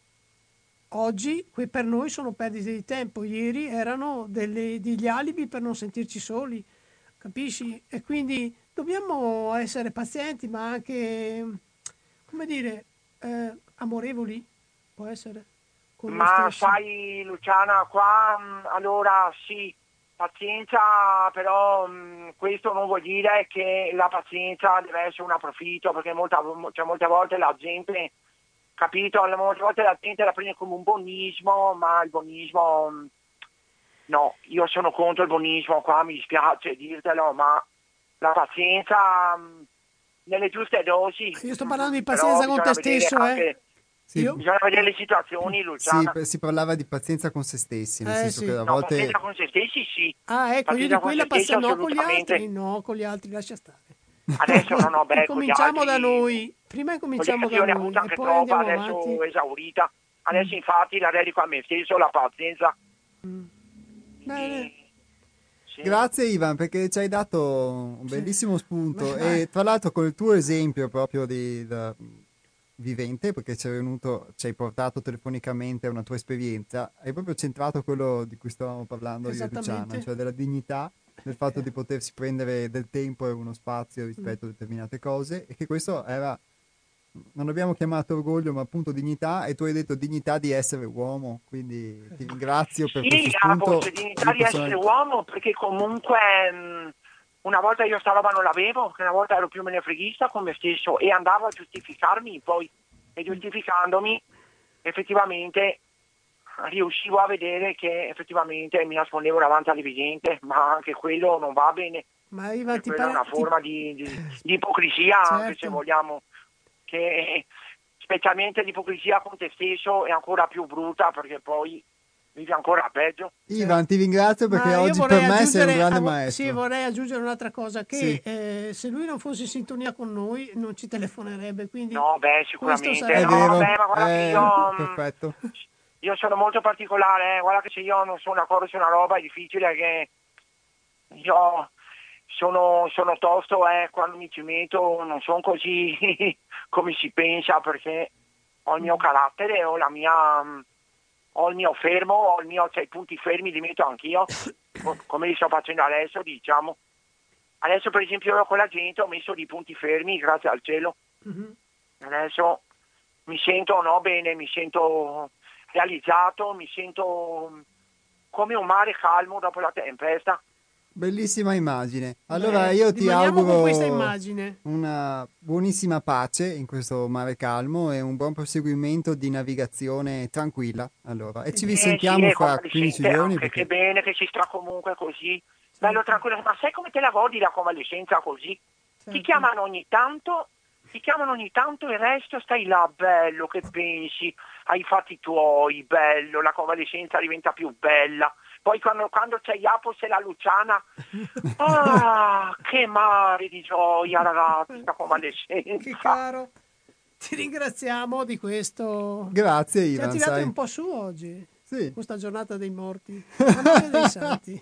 oggi per noi sono perdite di tempo, ieri erano degli alibi per non sentirci soli, capisci? E quindi dobbiamo essere pazienti, ma anche, come dire, amorevoli, può essere, con noi Ma stessi. sai, Luciana, qua allora sì, pazienza, però questo non vuol dire che la pazienza deve essere un approfitto, perché cioè, molte volte la gente, capito, molte volte la gente la prende come un buonismo, ma il buonismo, no, io sono contro il buonismo, qua mi dispiace dirtelo, ma la pazienza nelle giuste dosi, Io sto parlando di però pazienza con bisogna te vedere stesso, eh? anche, Sì, Io? bisogna vedere le situazioni, sì, Luciana. si parlava di pazienza con se stessi, nel senso che Sì. a No, volte pazienza con se stessi sì, Ah, ecco, io di pazienza con quella se stessi pazienza, no con gli altri, assolutamente. no, con gli altri lascia stare. Adesso non ho becco gli Incominciamo da altri, noi, prima con gli incominciamo da altri io ne ho noi avuta e anche poi troppa, andiamo avanti. adesso esaurita. Mm, Adesso infatti la dedico a me stesso, la pazienza. mm. Bene, Quindi, sì. grazie Ivan perché ci hai dato un sì. bellissimo spunto Beh, vai. e tra l'altro col tuo esempio proprio vivente, perché ci hai portato telefonicamente a una tua esperienza, hai proprio centrato quello di cui stavamo parlando io e Luciana, Esattamente. cioè della dignità, del fatto Eh, di potersi prendere del tempo e uno spazio mm. rispetto a determinate cose e che questo era, non abbiamo chiamato orgoglio, ma appunto dignità e tu hai detto dignità di essere uomo, quindi ti ringrazio per Sì, questo a spunto. forse dignità Io di essere personalmente... uomo, perché comunque una volta io sta roba non l'avevo, che una volta ero più menefreghista con me stesso e andavo a giustificarmi poi, e giustificandomi effettivamente riuscivo a vedere che effettivamente mi nascondevo davanti all'evidente, ma anche quello non va bene, Ma Ivan, perché quella è una forma di ipocrisia, anche se certo. vogliamo, che specialmente l'ipocrisia con te stesso è ancora più brutta perché poi vivi ancora peggio. Ivan, ti ringrazio perché Ma io oggi per vorrei me sei un aggiungere, grande sì, maestro. vorrei aggiungere un'altra cosa, Sì, che se lui non fosse in sintonia con noi non ci telefonerebbe, quindi No, beh, questo sicuramente. è No, vero, beh, ma guarda che perfetto. io sono molto particolare, Guarda che se io non sono d'accordo su una roba è difficile che io sono tosto, quando mi ci metto non sono così come si pensa, perché ho il mio carattere, ho il mio fermo, cioè, i punti fermi li metto anch'io, come li sto facendo adesso, diciamo. Adesso per esempio io con la gente ho messo dei punti fermi, grazie al cielo. Adesso mi sento bene, mi sento realizzato, mi sento come un mare calmo dopo la tempesta. Bellissima immagine. Allora io ti rimaniamo con questa auguro immagine. una buonissima pace in questo mare calmo e un buon proseguimento di navigazione tranquilla. Allora, e ci risentiamo fra 15 giorni. Anche che bene che si sta comunque così, bello tranquillo. Ma sai come te la godi la convalescenza così? Ti chiamano ogni tanto, il resto stai là, bello, che pensi ai fatti tuoi, bello, la convalescenza diventa più bella. Poi quando c'è Iapos e la Luciana, che mare di gioia, ragazzi, sta convalescenza. Che caro, ti ringraziamo di questo. Grazie Ivan, ci ha tirato sai. un po' su oggi, sì. Questa giornata dei morti, a nome dei santi.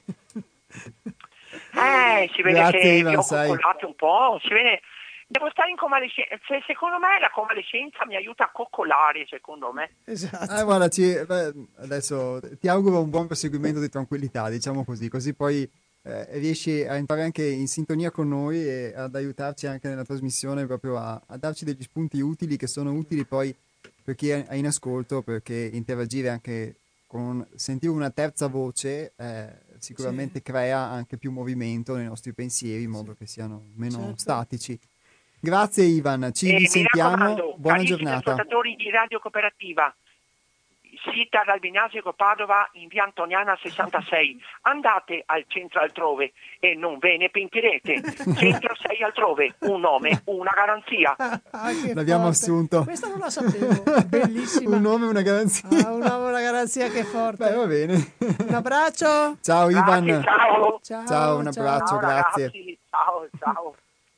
Si vede Grazie, che Ivan, vi ho sai. coccolato un po', si vede. Devo stare in convalescenza, secondo me la convalescenza mi aiuta a coccolare, secondo me. Esatto. Guarda, adesso ti auguro un buon proseguimento di tranquillità, diciamo così poi riesci a entrare anche in sintonia con noi e ad aiutarci anche nella trasmissione proprio a darci degli spunti utili che sono utili poi per chi è in ascolto, perché interagire anche sentire una terza voce sicuramente crea anche più movimento nei nostri pensieri in modo che siano meno statici. Grazie Ivan, ci risentiamo, buona giornata. Ascoltatori di Radio Cooperativa, sita dal Bignasico Padova in via Antoniana 66, andate al centro altrove e non ve ne pentirete. Centro 6 altrove, un nome, una garanzia. L'abbiamo assunto. Questa non la sapevo, bellissima. Un nome, una garanzia. Un nome, una garanzia che è forte. Beh, va bene. Un abbraccio. Ciao Ivan. Ciao. Ciao, un abbraccio, ciao, grazie. Ragazzi. Ciao.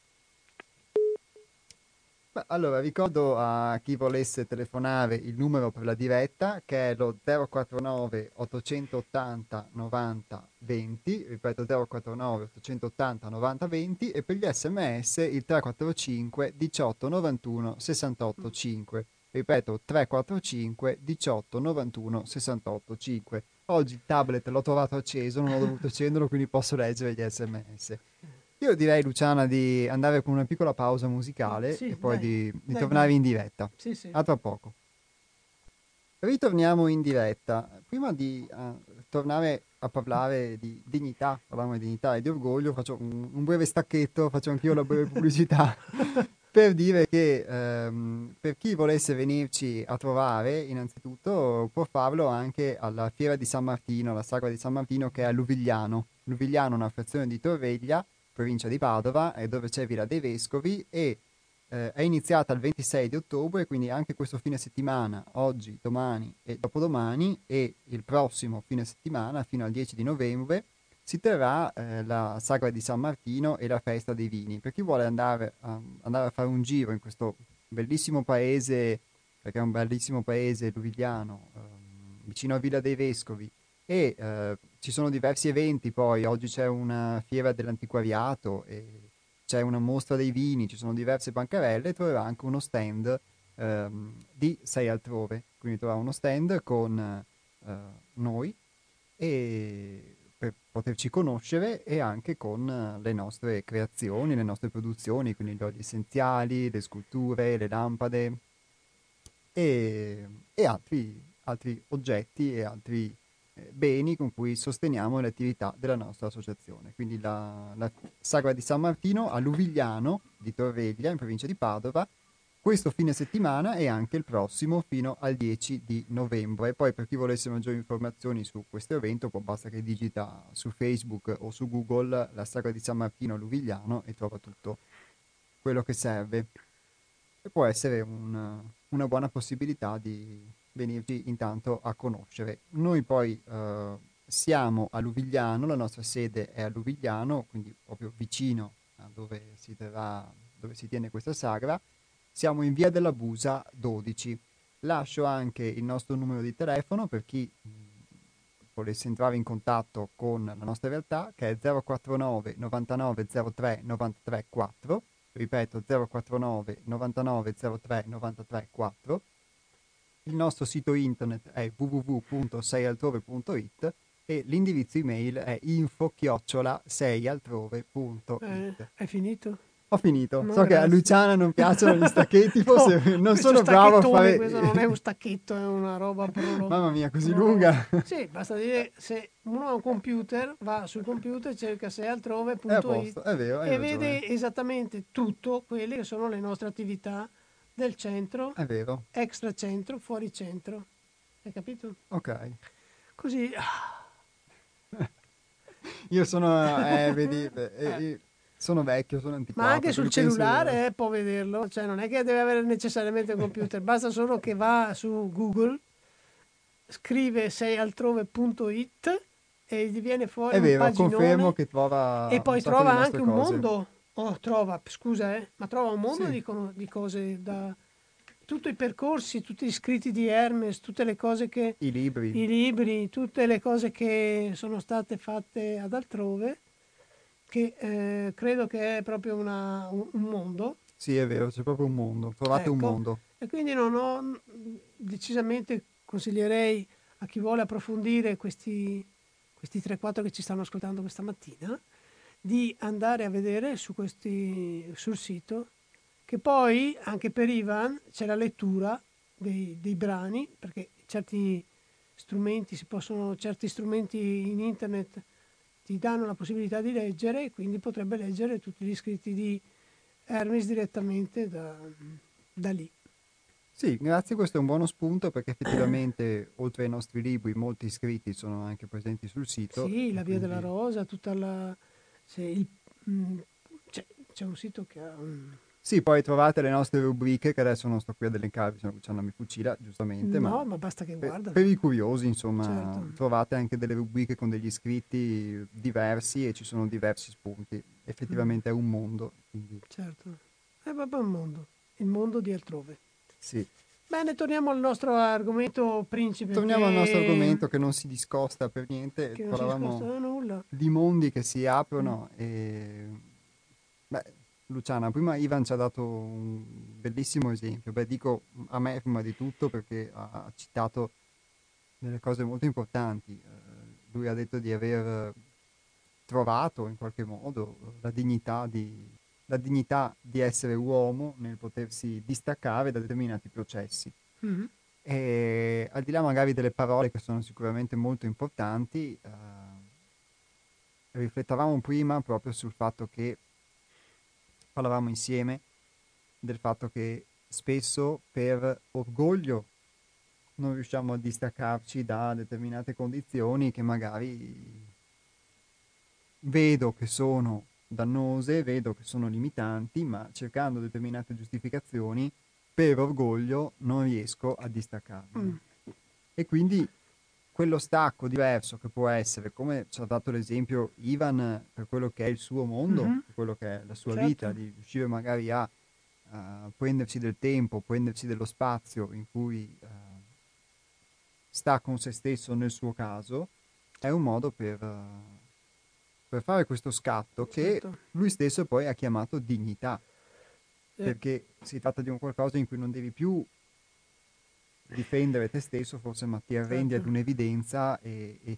Allora, ricordo a chi volesse telefonare il numero per la diretta, che è lo 049 880 90 20, ripeto 049 880 90 20, e per gli sms il 345 18 91 68 5. Ripeto 345 18 91 68 5. Oggi il tablet l'ho trovato acceso, non ho dovuto accenderlo, quindi posso leggere gli sms. Io direi, Luciana, di andare con una piccola pausa musicale e poi di tornare in diretta. Sì. A tra poco. Ritorniamo in diretta. Prima di tornare a parlare di dignità, parliamo di dignità e di orgoglio, faccio un breve stacchetto, faccio anch'io la breve pubblicità per dire che per chi volesse venirci a trovare, innanzitutto può farlo anche alla Fiera di San Martino, alla Sagra di San Martino, che è a Luvigliano. Luvigliano è una frazione di Torveglia, provincia di Padova, dove c'è Villa dei Vescovi, e è iniziata il 26 di ottobre, quindi anche questo fine settimana, oggi, domani e dopodomani, e il prossimo fine settimana, fino al 10 di novembre, si terrà la Sagra di San Martino e la festa dei vini. Per chi vuole andare a fare un giro in questo bellissimo paese, perché è un bellissimo paese luvigliano, vicino a Villa dei Vescovi, e ci sono diversi eventi. Poi oggi c'è una fiera dell'antiquariato e c'è una mostra dei vini, ci sono diverse bancarelle, troverà anche uno stand di Sei Altrove, quindi troverà uno stand con noi e per poterci conoscere, e anche con le nostre creazioni, le nostre produzioni, quindi gli oli essenziali, le sculture, le lampade e altri oggetti e altri beni con cui sosteniamo le attività della nostra associazione. Quindi la Sagra di San Martino a Luvigliano di Torveglia, in provincia di Padova, questo fine settimana e anche il prossimo fino al 10 di novembre. Poi per chi volesse maggiori informazioni su questo evento, basta che digita su Facebook o su Google la Sagra di San Martino a Luvigliano e trova tutto quello che serve. E può essere una buona possibilità di venirci intanto a conoscere. Noi poi siamo a Luvigliano, la nostra sede è a Luvigliano, quindi proprio vicino a dove si tiene questa sagra. Siamo in via della Busa 12. Lascio anche il nostro numero di telefono per chi volesse entrare in contatto con la nostra realtà, che è 049 99 03 93 4, ripeto 049 99 03 93 4. Il nostro sito internet è www.seialtrove.it e l'indirizzo email è info@seialtrove.it. Hai finito? Ho finito. No, So che a grazie. Luciana non piacciono gli stacchetti, No, forse non questo sono bravo a stacchettone, fare... questo non è un stacchetto, è una roba Mamma mia, così lunga. Sì, basta dire, se uno ha un computer, va sul computer, cerca È a seialtrove.it posto, è vero, hai e ragione. vede esattamente tutto quelle che sono le nostre attività del centro, È vero. extra centro, fuori centro. Hai capito? Ok. Così. Io sono, vedi, sono vecchio, sono Ma anche antiquato, sul quindi penso... cellulare può vederlo, cioè non è che deve avere necessariamente un computer, basta solo che va su Google, scrive seialtrove.it e gli viene fuori È un vero, confermo paginone che e trova un poi sacco trova di anche nostre un cose. mondo, scusa, ma trova un mondo Sì, di cose da tutti i percorsi, tutti gli scritti di Hermes, tutte le cose che, i libri. i libri, tutte le cose che sono state fatte ad altrove, che credo che è proprio un mondo. Sì, è vero, c'è proprio un mondo. Trovate un Ecco, mondo. e quindi non ho decisamente consiglierei a chi vuole approfondire questi 3-4 che ci stanno ascoltando questa mattina di andare a vedere sul sito, che poi anche per Ivan c'è la lettura dei brani, perché certi certi strumenti in internet ti danno la possibilità di leggere, e quindi potrebbe leggere tutti gli scritti di Hermes direttamente da lì. Sì, grazie, questo è un buono spunto perché effettivamente oltre ai nostri libri molti iscritti sono anche presenti sul sito Sì, e la Via della quindi... Rosa, tutta la... se il- mm, c'è un sito che ha... Sì, poi trovate le nostre rubriche che adesso non sto qui ad elencarvi, se no Luciana mi fucila, giustamente, ma No, ma basta che per guardano. i curiosi, insomma, Certo. trovate anche delle rubriche con degli iscritti diversi e ci sono diversi spunti. Mm, Effettivamente è un mondo, quindi certo. È proprio il mondo di altrove. sì. Bene, torniamo al nostro argomento principe Torniamo al nostro argomento che non si discosta per niente, che non si discosta parlavamo da nulla. di mondi che si Mm. aprono e... Beh, Luciana, prima Ivan ci ha dato un bellissimo esempio. Beh, dico a me prima di tutto perché ha citato delle cose molto importanti. Lui ha detto di aver trovato in qualche modo la dignità di essere uomo nel potersi distaccare da determinati processi. Mhm. E al di là magari delle parole che sono sicuramente molto importanti, riflettavamo prima proprio sul fatto che parlavamo insieme del fatto che spesso per orgoglio non riusciamo a distaccarci da determinate condizioni che magari vedo che sono dannose, vedo che sono limitanti, ma cercando determinate giustificazioni, per orgoglio non riesco a distaccarmene. Mm. E quindi quello stacco diverso che può essere, come ci ha dato l'esempio Ivan per quello che è il suo mondo, Mhm. per quello che è la sua vita, Certo. di riuscire magari a prendersi del tempo, prendersi dello spazio in cui sta con se stesso nel suo caso, è un modo per fare questo scatto che Certo. lui stesso poi ha chiamato dignità, Eh, perché si tratta di un qualcosa in cui non devi più difendere te stesso, forse, ma ti arrendi ad certo. un'evidenza e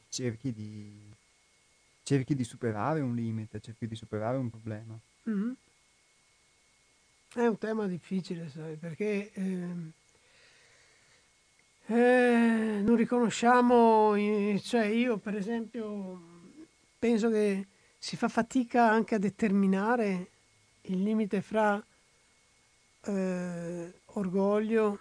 cerchi di superare un limite, cerchi di superare un problema. Mhm. È un tema difficile, sai, perché non riconosciamo, cioè io per esempio penso che si fa fatica anche a determinare il limite fra orgoglio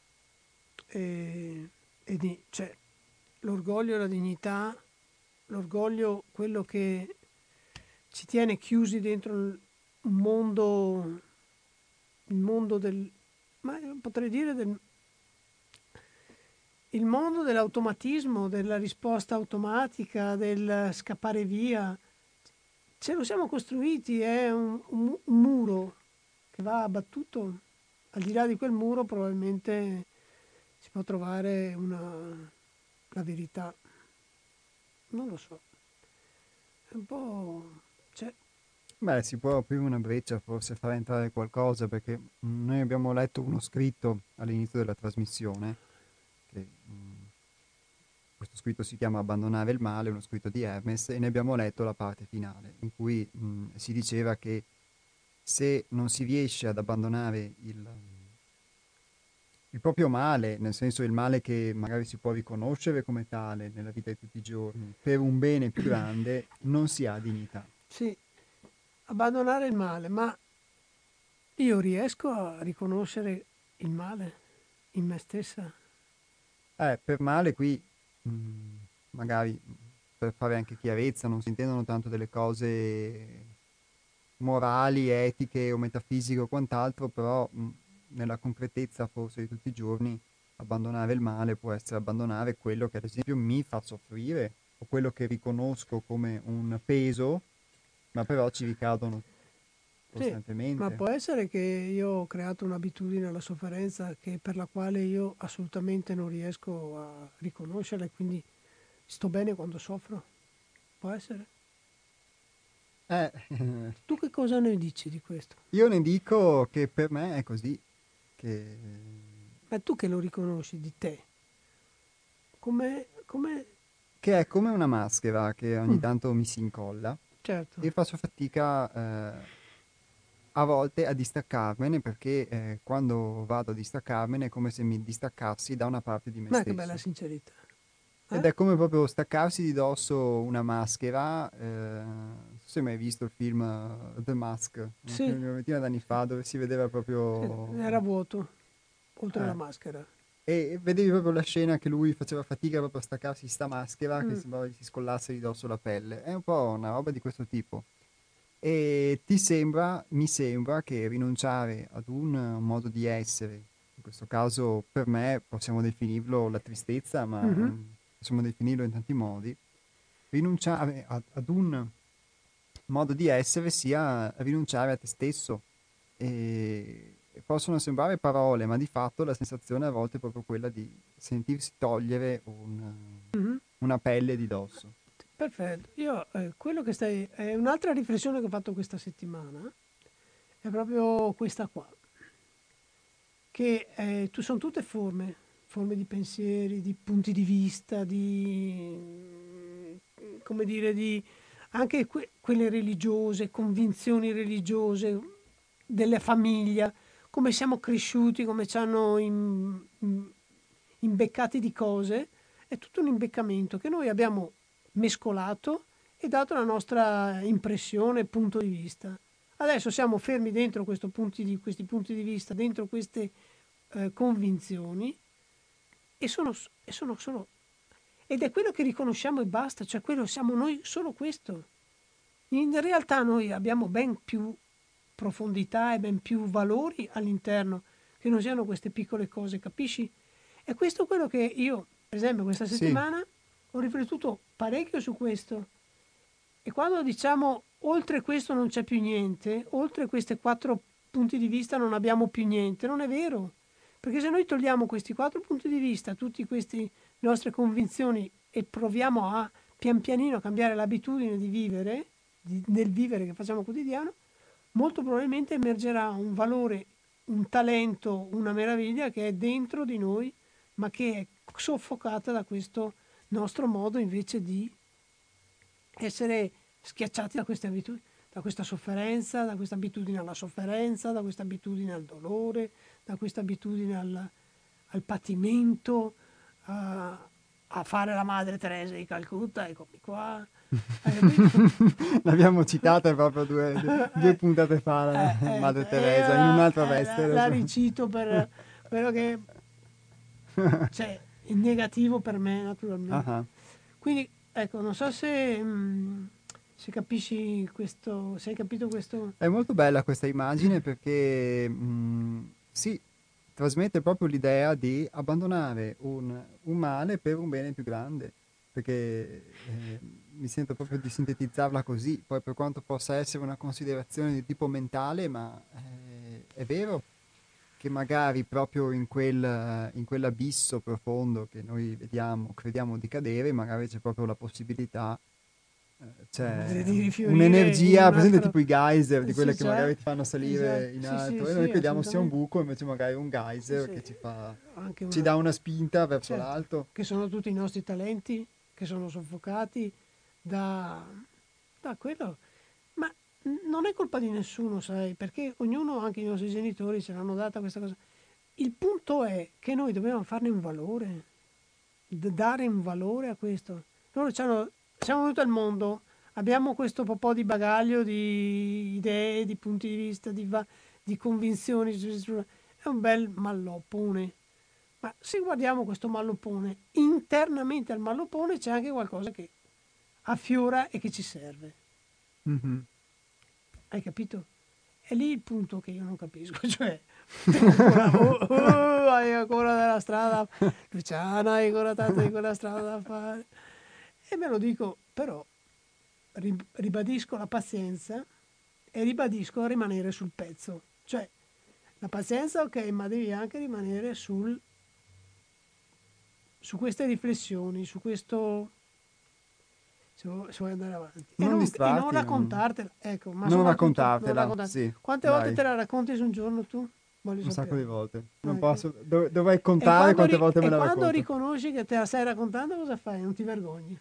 cioè l'orgoglio e la dignità, l'orgoglio, quello che ci tiene chiusi dentro un mondo, il mondo ma potrei dire il mondo dell'automatismo, della risposta automatica, del scappare via. Ce lo siamo costruiti, è un muro che va abbattuto. Al di là di quel muro probabilmente si può trovare la verità. non lo so, è un po'... Cioè, Beh, si può aprire una breccia, forse far entrare qualcosa, perché noi abbiamo letto uno scritto all'inizio della trasmissione, che questo scritto si chiama Abbandonare il male, uno scritto di Hermes, e ne abbiamo letto la parte finale, in cui si diceva che se non si riesce ad abbandonare il proprio male, nel senso il male che magari si può riconoscere come tale nella vita di tutti i giorni, per un bene più grande, non si ha dignità. sì, abbandonare il male, ma io riesco a riconoscere il male in me stessa? Per male qui, magari per fare anche chiarezza, non si intendono tanto delle cose morali, etiche o metafisiche o quant'altro, però nella concretezza forse di tutti i giorni abbandonare il male può essere abbandonare quello che ad esempio mi fa soffrire o quello che riconosco come un peso, ma però ci ricadono Sì, ma costantemente. può essere che io ho creato un'abitudine alla sofferenza per la quale io assolutamente non riesco a riconoscerla e quindi sto bene quando soffro? Può essere? Eh, Tu che cosa ne dici di questo? io ne dico che per me è così, che Ma tu che lo riconosci di te, come... che è come una maschera che ogni Mm, tanto mi si incolla certo. e faccio fatica a volte a distaccarmene perché quando vado a distaccarmene è come se mi distaccassi da una parte di me Ma che bella stesso. sincerità. Ed Eh? è come proprio staccarsi di dosso una maschera. Non so se hai mai visto il film The Mask, un film Sì, di una ventina d'anni fa dove si vedeva sì, proprio... era vuoto, oltre la eh, maschera. e vedevi proprio la scena che lui faceva fatica proprio a staccarsi di sta maschera che Mm, sembrava gli si scollasse di dosso la pelle. È un po' una roba di questo tipo. E mi sembra che rinunciare ad un modo di essere, in questo caso per me possiamo definirlo la tristezza, ma mhm. possiamo definirlo in tanti modi, rinunciare ad un modo di essere sia rinunciare a te stesso. E possono sembrare parole, ma di fatto la sensazione a volte è proprio quella di sentirsi togliere una pelle di dosso. Perfetto. Io, quello che stai... È un'altra riflessione che ho fatto questa settimana, è proprio questa qua, che sono tutte forme, forme di pensieri, di punti di vista, come dire, di anche quelle religiose, convinzioni religiose della famiglia, come siamo cresciuti, come ci hanno imbeccati di cose, è tutto un imbeccamento che noi abbiamo mescolato e dato la nostra impressione, punto di vista. Adesso siamo fermi dentro questi punti di vista, dentro queste convinzioni e sono solo... Ed è quello che riconosciamo e basta, cioè quello siamo noi, solo questo. In realtà noi abbiamo ben più profondità e ben più valori all'interno, che non siano queste piccole cose, capisci? E questo è quello che io, per esempio, questa Sì, settimana ho riflettuto parecchio su questo. E quando diciamo oltre questo non c'è più niente, oltre questi quattro punti di vista non abbiamo più niente, non è vero. Perché se noi togliamo questi quattro punti di vista, tutte queste nostre convinzioni e proviamo a pian pianino cambiare l'abitudine di vivere, nel vivere che facciamo quotidiano, molto probabilmente emergerà un valore, un talento, una meraviglia che è dentro di noi, ma che è soffocata da questo nostro modo invece di essere schiacciati da queste abitudini, da questa sofferenza, da questa abitudine alla sofferenza, da questa abitudine al dolore, da questa abitudine al patimento, a fare la madre Teresa di Calcutta, eccomi qua. Hai capito? l'abbiamo citata proprio due puntate fa, la Madre Teresa, in Io un'altra veste. la ricito per quello che cioè, è negativo per me, Ah, naturalmente. ah. Quindi, ecco, non so se capisci questo, se hai capito questo. È molto bella questa immagine perché sì, trasmette proprio l'idea di abbandonare un male per un bene più grande, perché mi sento proprio di sintetizzarla così, poi per quanto possa essere una considerazione di tipo mentale, ma è vero. che magari proprio in quell'abisso profondo che noi vediamo, crediamo di cadere, magari c'è proprio la possibilità, c'è di rifiorire in un'energia, un presente altro. tipo i geyser, di quelle Sì, che magari ti fanno esatto, salire in sì, sì, alto, e noi sì, crediamo sia un assolutamente. buco, invece magari un Sì, geyser che sì. Anche ci dà una, una spinta verso certo, l'alto. che sono tutti i nostri talenti che sono soffocati da, da quello. Ma non è colpa di nessuno, sai, perché ognuno, anche i nostri genitori, ce l'hanno data questa cosa. Il punto è che noi dobbiamo farne un valore, dare un valore a questo. Loro siamo venuti al mondo, abbiamo questo po' di bagaglio di idee, di punti di vista, di convinzioni. È un bel malloppone. Ma se guardiamo questo malloppone, internamente al malloppone c'è anche qualcosa che affiora e che ci serve. Mhm. Hai capito? È lì il punto che io non capisco, cioè hai ancora della strada, Luciana, hai ancora tanta di quella strada da fare. E me lo dico, però ribadisco la pazienza e ribadisco rimanere sul pezzo. Cioè, la pazienza ok, ma devi anche rimanere su queste riflessioni, su questo, se vuoi andare avanti. Non E non distrarti, raccontartela, ecco, ma non soprattutto non raccontartela, raccontartela. sì, Quante volte dai, te la racconti su un giorno tu? Voglio un sacco di saperlo. volte. Non Ecco. posso, dovrei contare quante volte me E la quando racconto. riconosci che te la stai raccontando, cosa fai? Non ti vergogni.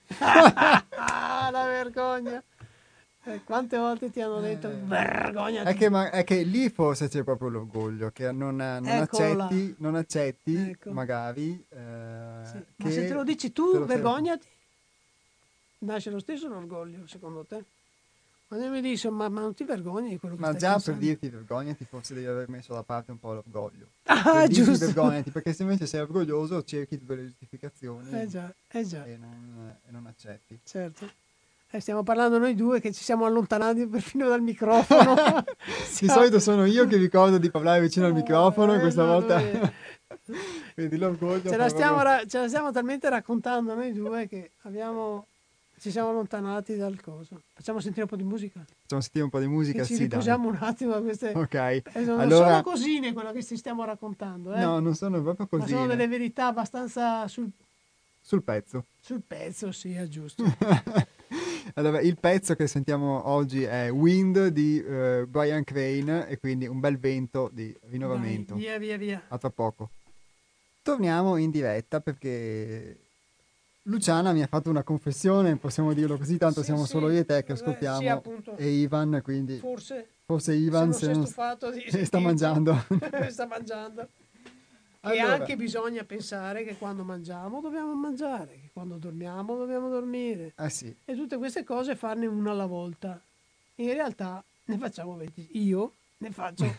La vergogna. Quante volte ti hanno detto vergognati? È che lì forse c'è proprio l'orgoglio, che non Eccolo là. accetti, non accetti Ecco. magari Sì. Ma se te che lo dici te tu, lo sei raccontato. vergognati, nasce lo stesso l'orgoglio, secondo te? Quando mi dici, ma non ti vergogni di quello che Ma stai già per pensando? dirti vergognati forse devi aver messo da parte un po' l'orgoglio. Per Ah, dirti giusto. vergognati, perché se invece sei orgoglioso cerchi delle giustificazioni Eh già, e non accetti. certo. Stiamo parlando noi due che ci siamo allontanati perfino dal microfono. Di Siamo- solito sono io che ricordo di parlare vicino al microfono, questa già, volta lui. vedi l'orgoglio Ce fa la stiamo, proprio... ce la stiamo talmente raccontando noi due che ci siamo allontanati dal coso. Facciamo sentire un po' di musica, Facciamo sentire un po' di che musica? ci Sì, dai. riposiamo un attimo da queste. Ok, Non sono allora... cosine quello che ci stiamo raccontando, No, non sono proprio ma sono cosine. delle verità abbastanza Sul pezzo. sul pezzo, sì, è giusto. Allora, il pezzo che sentiamo oggi è Wind di Brian Crane e quindi un bel vento di Dai, rinnovamento. via, via, via. A tra poco. Torniamo in diretta perché Luciana mi ha fatto una confessione, possiamo dirlo così, tanto Sì, siamo solo sì, io e te che sì, ascoltiamo appunto. e Ivan, quindi Forse forse se Ivan non si se è non stufato di se sta sentirci, mangiando. sta mangiando. Che Allora, anche bisogna pensare che quando mangiamo dobbiamo mangiare, che quando dormiamo dobbiamo dormire. eh sì, E tutte queste cose farne una alla volta. In realtà ne facciamo 20. Io ne faccio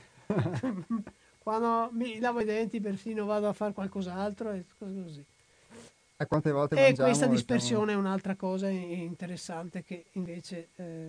quando mi lavo i denti, persino vado a fare qualcos'altro e cose così. a quante volte E questa mangiamo stiamo... dispersione è un'altra cosa interessante che invece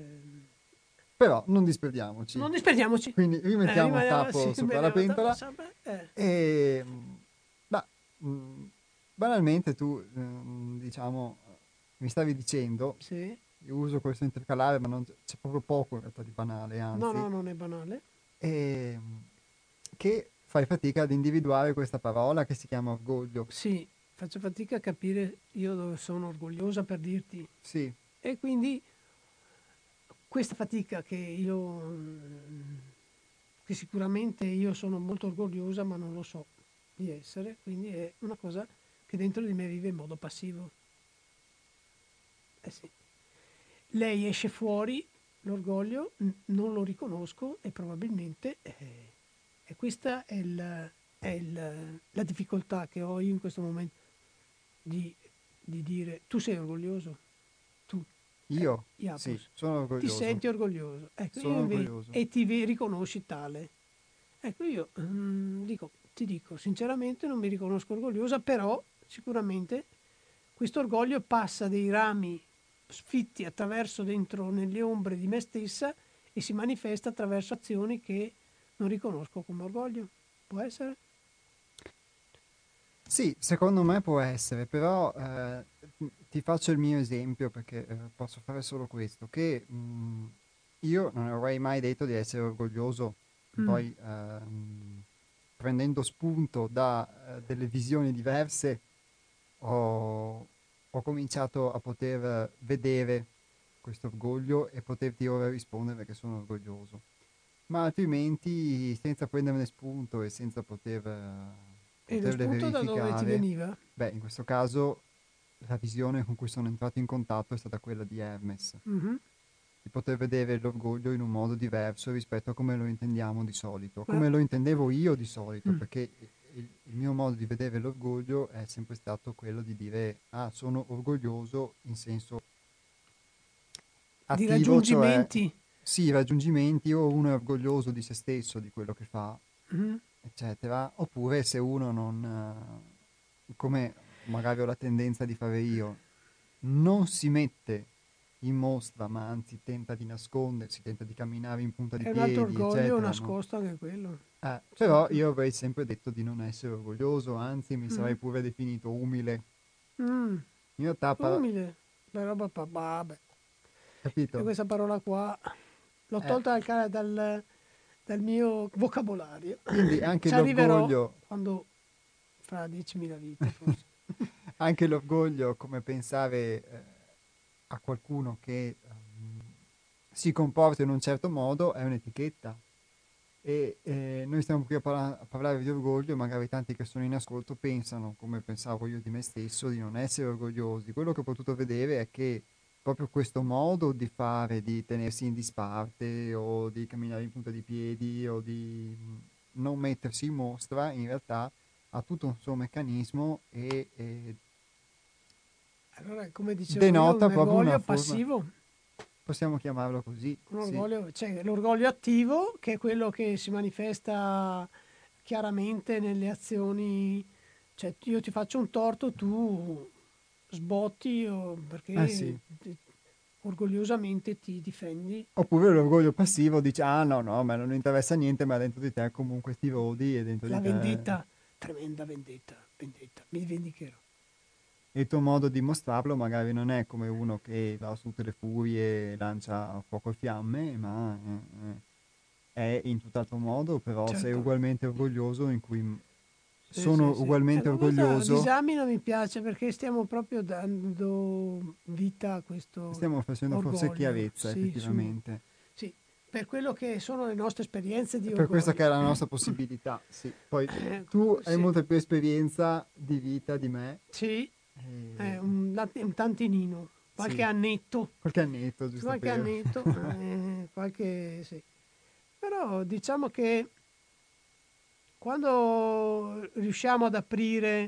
Però non disperdiamoci. non disperdiamoci. Quindi rimettiamo il Rimaniamo, tappo sì, sopra la pentola eh. e beh, banalmente tu diciamo mi stavi dicendo, Sì. io uso questo intercalare ma c'è proprio poco in realtà di banale, No, anzi, no, non è banale. e, che fai fatica ad individuare questa parola che si chiama orgoglio. Sì, faccio fatica a capire io dove sono orgogliosa per dirti. Sì, E quindi questa fatica che sicuramente io sono molto orgogliosa, ma non lo so di essere, quindi è una cosa che dentro di me vive in modo passivo. Eh sì. Lei esce fuori, l'orgoglio, non lo riconosco e probabilmente e questa la difficoltà che ho io in questo momento di, di dire tu sei orgoglioso, tu, io sì, Iapos, sono ti orgoglioso, senti orgoglioso, ecco, sono orgoglioso. e riconosci tale. Ecco, io ti dico, sinceramente non mi riconosco orgogliosa, però sicuramente questo orgoglio passa dei rami sfitti attraverso dentro nelle ombre di me stessa e si manifesta attraverso azioni che non riconosco come orgoglio. Può essere? Sì, secondo me può essere, però ti faccio il mio esempio perché posso fare solo questo, che io non avrei mai detto di essere orgoglioso, Mm. poi prendendo spunto da delle visioni diverse, ho cominciato a poter vedere questo orgoglio e poterti ora rispondere che sono orgoglioso. Ma altrimenti, senza prenderne spunto e senza E lo poterle spunto da dove ti verificare, veniva? beh, in questo caso la visione con cui sono entrato in contatto è stata quella di Hermes, Mhm. di poter vedere l'orgoglio in un modo diverso rispetto a come lo intendiamo di solito, Ma come lo intendevo io di solito, mm, perché il mio modo di vedere l'orgoglio è sempre stato quello di dire, ah, sono orgoglioso in senso di attivo, cioè raggiungimenti. sì, raggiungimenti, o uno è orgoglioso di se stesso, di quello che fa, Mhm. eccetera, oppure se uno non, come magari ho la tendenza di fare io, non si mette in mostra, ma anzi tenta di nascondersi, tenta di camminare in punta di È un altro piedi, orgoglio eccetera, no? nascosto anche quello. Però Certo. io avrei sempre detto di non essere orgoglioso, anzi mi sarei Mhm. pure definito umile. Mm. In realtà, Umile. Beh, vabbè. E capito? questa parola qua l'ho Eh, tolta dal mio vocabolario. quindi anche Ci arriverò l'orgoglio, quando fra 10.000 vite forse. anche l'orgoglio come pensare a qualcuno che si comporta in un certo modo è un'etichetta. E noi stiamo qui a parlare di orgoglio, e magari tanti che sono in ascolto pensano, come pensavo io di me stesso, di non essere orgogliosi. Quello che ho potuto vedere è che proprio questo modo di fare, di tenersi in disparte o di camminare in punta di piedi o di non mettersi in mostra, in realtà ha tutto un suo meccanismo e Allora, come dicevo io, denota un proprio una orgoglio forma, passivo, possiamo chiamarlo così, un sì. orgoglio, cioè l'orgoglio attivo, che è quello che si manifesta chiaramente nelle azioni, cioè io ti faccio un torto, tu sbotti Eh perché sì. orgogliosamente ti difendi. Oppure l'orgoglio passivo dice, ah no, no, ma non interessa niente, ma dentro di te comunque ti rodi e dentro di La te vendetta, tremenda vendetta, mi vendicherò. il tuo modo di mostrarlo magari non è come uno che va su tutte le furie e lancia fuoco e fiamme, ma è in tutt'altro modo, però sei Certo. ugualmente orgoglioso in cui Sì, sono sì, sì. ugualmente Ma questa orgoglioso, disamina mi piace perché stiamo proprio dando vita a questo stiamo facendo forse orgoglio. chiarezza Sì, su, effettivamente. sì, per quello che sono le nostre esperienze È di per questa che orgoglio. è la nostra possibilità, sì. Poi tu hai Sì, molta più esperienza di vita di me, sì, e un tantinino, qualche sì, annetto, qualche annetto, giusto qualche per... annetto, qualche, sì. Però diciamo che quando riusciamo ad aprire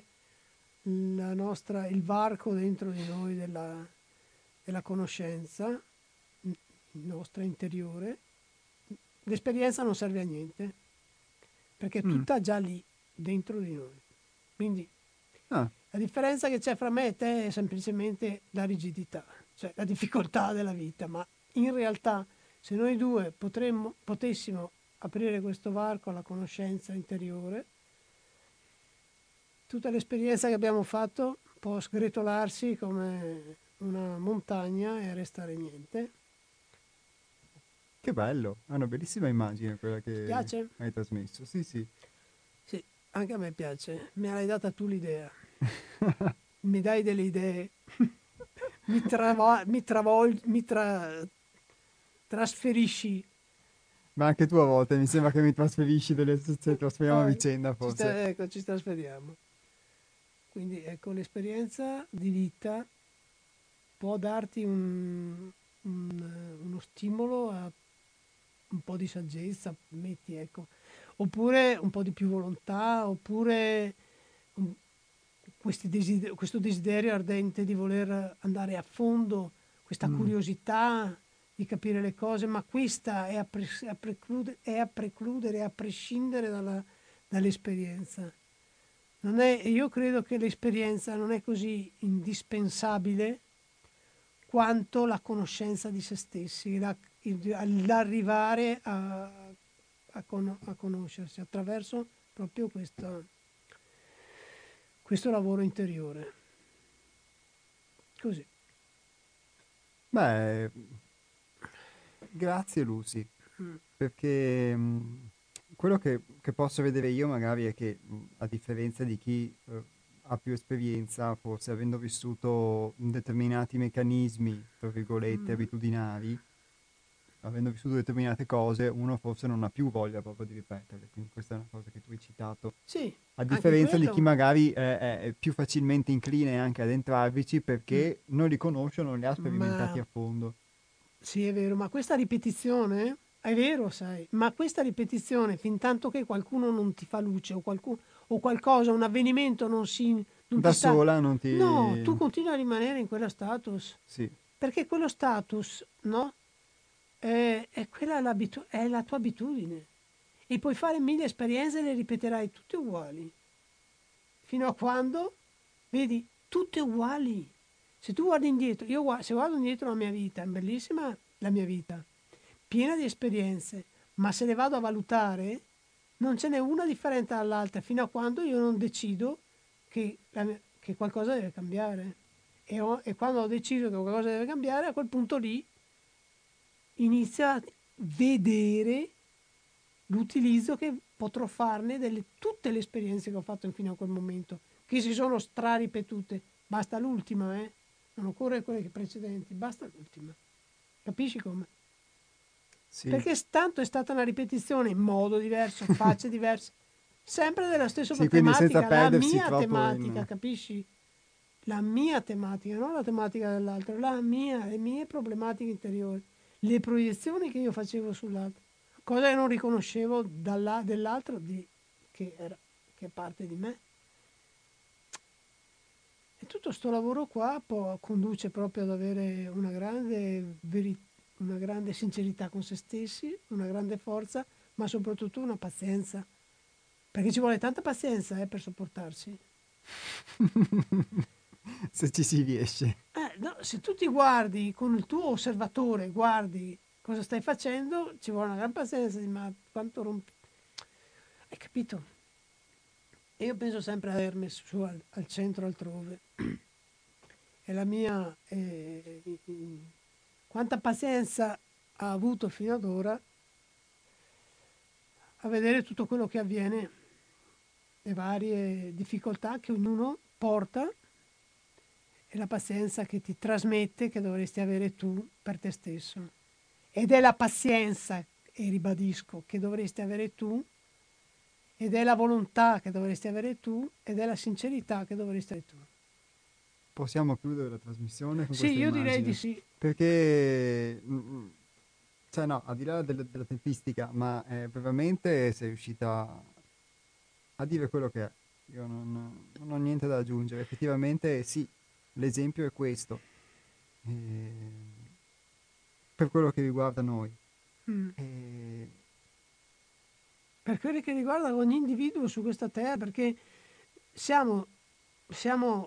il varco dentro di noi della conoscenza nostra interiore, l'esperienza non serve a niente, perché è Mm. tutta già lì, dentro di noi. Quindi Ah, la differenza che c'è fra me e te è semplicemente la rigidità, cioè la difficoltà della vita, ma in realtà se noi due potessimo aprire questo varco alla conoscenza interiore, tutta l'esperienza che abbiamo fatto può sgretolarsi come una montagna e restare niente. che bello, è una bellissima immagine quella Ti che piace? hai trasmesso. Sì, sì. Sì, anche a me piace. Me l'hai data tu l'idea. Mi dai delle idee. Trasferisci. Ma anche tu a volte mi sembra che mi trasferisci delle... Ci trasferiamo a Poi vicenda forse. ecco, ci trasferiamo. Quindi ecco, l'esperienza di vita può darti uno stimolo a un po' di saggezza, metti, ecco, oppure un po' di più volontà, oppure un- questo desiderio ardente di voler andare a fondo, questa Mm. curiosità di capire le cose, ma questa è a precludere, a prescindere dall'esperienza. Io credo che l'esperienza non è così indispensabile quanto la conoscenza di se stessi, l'arrivare a conoscersi attraverso proprio questo lavoro interiore. Così. Beh, grazie Lucy, Mm. perché quello che posso vedere io magari è che, a differenza di chi ha più esperienza, forse avendo vissuto determinati meccanismi, tra virgolette, Mm. abitudinari, avendo vissuto determinate cose, uno forse non ha più voglia proprio di ripeterle. Quindi questa è una cosa che tu hai citato. Sì, A anche differenza di chi quello, magari è più facilmente incline anche ad entrarvici mm, perché non li conosce o non li ha sperimentati ma a fondo. sì, è vero, ma questa ripetizione, è vero, sai, ma questa ripetizione, fin tanto che qualcuno non ti fa luce o qualcosa, un avvenimento non ti Da sta... sola non No, ti... tu continui a rimanere in quello status, Sì, perché quello status, no? È quella è la tua abitudine. E puoi fare mille esperienze e le ripeterai tutte uguali. Fino a quando, vedi, tutte uguali. Se tu guardi indietro, se guardo indietro la mia vita, è bellissima la mia vita, piena di esperienze, ma se le vado a valutare, non ce n'è una differente dall'altra, fino a quando io non decido che qualcosa deve cambiare. E quando ho deciso che qualcosa deve cambiare, a quel punto lì inizio a vedere l'utilizzo che potrò farne delle tutte le esperienze che ho fatto fino a quel momento, che si sono straripetute. Basta l'ultima, eh? Non occorre quelle precedenti, basta l'ultima. Capisci come? sì. Perché tanto è stata una ripetizione in modo diverso, facce diverse, sempre della stessa Sì, quindi senza tematica, la perdersi mia troppo tematica, in... capisci? La mia tematica, non la tematica dell'altro, la mia, le mie problematiche interiori, le proiezioni che io facevo sull'altro, cosa che non riconoscevo dell'altro che è parte di me. E tutto sto lavoro qua conduce proprio ad avere una grande sincerità con se stessi, una grande forza, ma soprattutto una pazienza, perché ci vuole tanta pazienza per sopportarsi. se ci si riesce. No, se tu ti guardi con il tuo osservatore, guardi cosa stai facendo, ci vuole una gran pazienza, ma quanto rompi. Hai capito? E io penso sempre a Hermes su al centro altrove. E la mia... quanta pazienza ha avuto fino ad ora a vedere tutto quello che avviene, le varie difficoltà che ognuno porta e la pazienza che ti trasmette che dovresti avere tu per te stesso. Ed è la pazienza, e ribadisco, che dovresti avere tu, ed è la volontà che dovresti avere tu, ed è la sincerità che dovresti avere tu. Possiamo chiudere la trasmissione con Sì, questa io direi di immagine. sì. Perché, cioè no, al di là della tempistica, ma veramente sei riuscita a dire quello che è. Io non ho niente da aggiungere. Effettivamente sì, l'esempio è questo. Eh, per quello che riguarda noi. Mm. E Per quello che riguarda ogni individuo su questa terra, perché siamo, siamo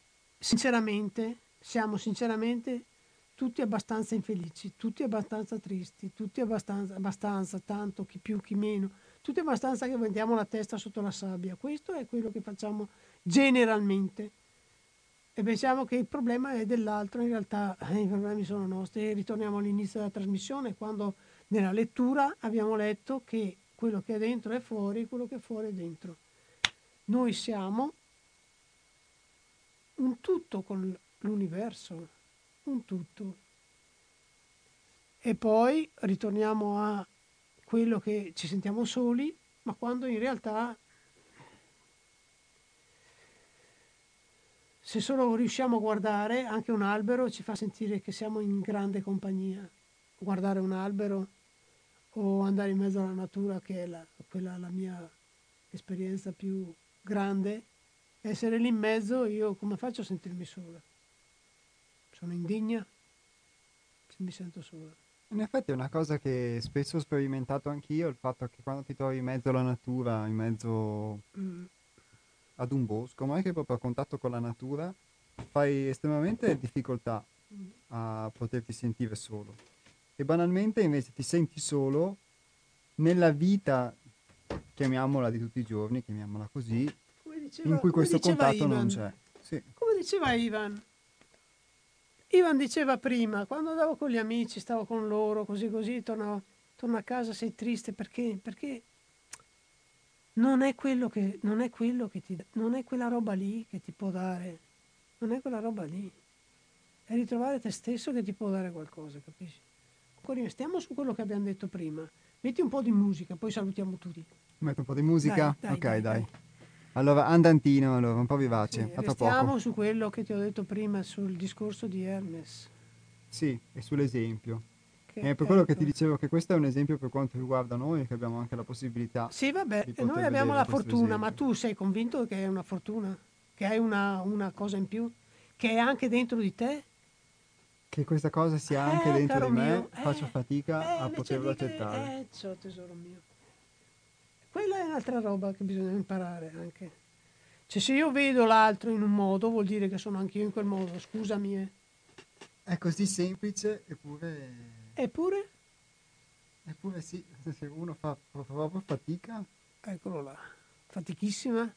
siamo sinceramente tutti abbastanza infelici, tutti abbastanza tristi, tutti abbastanza, tanto chi più chi meno, tutti abbastanza che mettiamo la testa sotto la sabbia. Questo è quello che facciamo generalmente. E pensiamo che il problema è dell'altro, in realtà i problemi sono nostri. E ritorniamo all'inizio della trasmissione, quando nella lettura abbiamo letto che quello che è dentro è fuori, quello che è fuori è dentro. Noi siamo un tutto con l'universo, un tutto. E poi ritorniamo a quello che ci sentiamo soli, ma quando in realtà, se solo riusciamo a guardare, anche un albero ci fa sentire che siamo in grande compagnia. Guardare un albero o andare in mezzo alla natura, che è quella la mia esperienza più grande, essere lì in mezzo, io come faccio a sentirmi sola? Sono indigna se mi sento sola. in effetti è una cosa che spesso ho sperimentato anch'io, il fatto che quando ti trovi in mezzo alla natura, in mezzo Mm. ad un bosco, ma anche proprio a contatto con la natura, fai estremamente difficoltà a poterti sentire solo. E banalmente invece ti senti solo nella vita, chiamiamola di tutti i giorni, chiamiamola così, in cui Come questo diceva contatto non Ivan, c'è. Sì, come diceva Ivan, Ivan diceva prima, quando andavo con gli amici, stavo con loro, così così, torno a casa, sei triste, perché? Perché non è quello che non è quella roba lì che ti può dare, non è quella roba lì. È ritrovare te stesso che ti può dare qualcosa, capisci? Ancora stiamo su quello che abbiamo detto prima. Metti un po' di musica, poi salutiamo tutti. Metto un po' di musica? Dai, Ok, dai, dai. dai. Allora, andantino, allora, un po' vivace. Sì, A tra poco. restiamo su quello che ti ho detto prima, sul discorso di Hermes. Sì, e sull'esempio. Che, Per quello che ti ecco. dicevo che questo è un esempio per quanto riguarda noi, che abbiamo anche la possibilità Sì, vabbè, di e noi poter abbiamo vedere la questo fortuna, ma esempio. tu sei convinto che è una fortuna? Che hai una cosa in più? Che è anche dentro di te? Che questa cosa sia anche dentro Caro di me, mio, faccio fatica a invece poterlo di che... accettare. ciao tesoro mio. Quella è un'altra roba che bisogna imparare anche. Cioè, se io vedo l'altro in un modo, vuol dire che sono anch'io in quel modo, scusami. È così semplice, Eppure, eppure sì, se uno fa proprio fatica. eccolo là, fatichissima.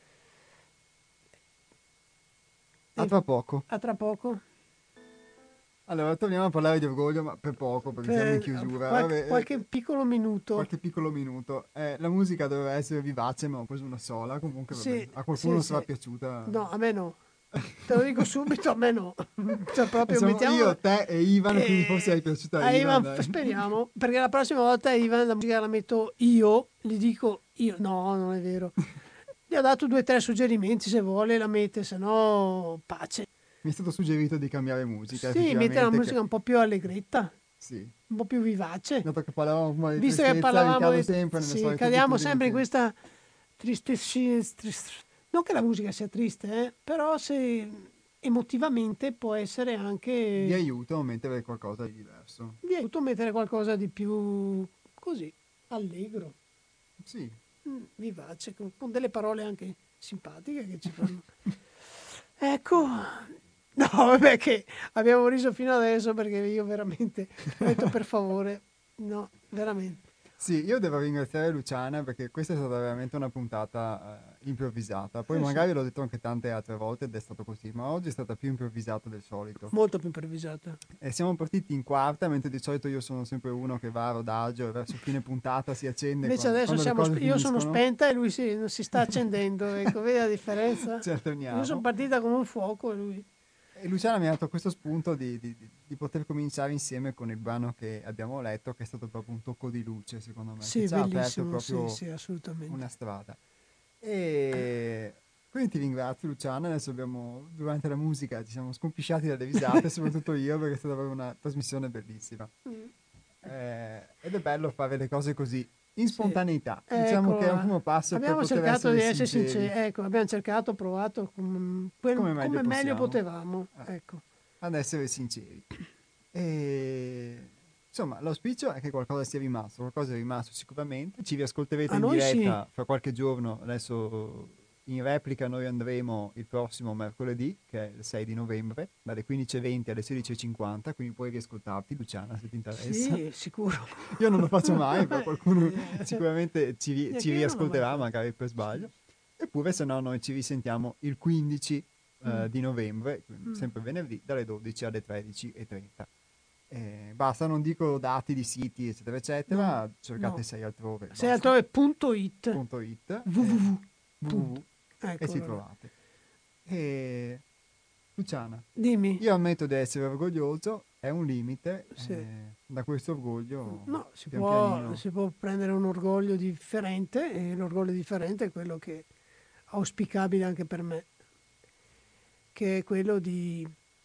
A tra poco. A tra poco. Allora, torniamo a parlare di orgoglio, ma per poco, perché siamo in chiusura. Vabbè, Qualche piccolo minuto. qualche piccolo minuto. La musica doveva essere vivace, ma ho preso una sola. Comunque, vabbè, Sì, a qualcuno sì, sarà sì. piaciuta. No, a me no. Te lo dico subito, a me no. Cioè, E proprio siamo mettiamolo. io, te e Ivan, quindi forse è piaciuta a A Ivan, Ivan, dai. speriamo, perché la prossima volta Ivan la musica la metto io, gli dico io. No, non è vero. Gli ho dato 2 o 3 suggerimenti, se vuole la mette, se no pace. Mi è stato suggerito di cambiare musica, Sì, mette la effettivamente, che musica un po' più allegretta, sì. un po' più vivace. Dato che parlavamo di Visto che tristezza, parlavamo ricado di... sempre nelle Sì, solite cadiamo abitudini sempre in che... questa tristezza. Non che la musica sia triste, però se emotivamente può essere di anche aiuto a mettere qualcosa di diverso. di aiuto a mettere qualcosa di più così, allegro, Sì, vivace, con delle parole anche simpatiche che ci fanno. Ecco, no, vabbè che abbiamo riso fino adesso perché io veramente ho detto per favore, no, veramente. sì, io devo ringraziare Luciana perché questa è stata veramente una puntata improvvisata. Poi Sì, magari l'ho detto anche tante altre volte ed è stato così, ma oggi è stata più improvvisata del solito. molto più improvvisata. E siamo partiti in quarta, mentre di solito io sono sempre uno che va a rodagio e verso fine puntata si accende Invece adesso quando le cose io sono finiscono. spenta e lui si sta accendendo, ecco, vedi la differenza? Ci Io sono alterniamo. partita con un fuoco e lui... E Luciana mi ha dato questo spunto di poter cominciare insieme con il brano che abbiamo letto, che è stato proprio un tocco di luce, secondo me, che Sì, ci ha aperto bellissimo, sì, proprio sì, assolutamente. una strada. E quindi ti ringrazio Luciana, adesso durante la musica ci siamo scompisciati dalle risate, soprattutto io, perché è stata proprio una trasmissione bellissima. Ed è bello fare le cose così, in Sì, spontaneità. Diciamo che è un eccola. primo passo per Abbiamo poter cercato essere di essere sinceri, sinceri, ecco, abbiamo cercato, provato come meglio come meglio possiamo, potevamo, ecco. ad essere sinceri. E insomma, l'auspicio è che qualcosa sia rimasto, qualcosa è rimasto sicuramente. Ci riascolterete A in noi sì, diretta fra qualche giorno. Adesso in replica noi andremo il prossimo mercoledì, che è il 6 di novembre, dalle 15:20 alle 16:50, quindi puoi riascoltarti, Luciana, se ti interessa. sì, sicuro. Io non lo faccio mai, però qualcuno sicuramente ci Neanche io non l'ho mai riascolterà, fatto. magari per sbaglio. Eppure, se no, noi ci risentiamo il 15 di novembre, quindi sempre venerdì, dalle 12 alle 13:30. Basta, non dico dati di siti, eccetera, No, eccetera. Cercate no. 6 altrove, Sei basta. altrove.it, .it www. www e ci Eccolo là. trovate. E Luciana, Dimmi. io ammetto di essere orgoglioso, è un limite, Sì. da questo orgoglio No, pian pianino. si può prendere un orgoglio differente e l'orgoglio differente è quello che è auspicabile anche per me, che è quello di,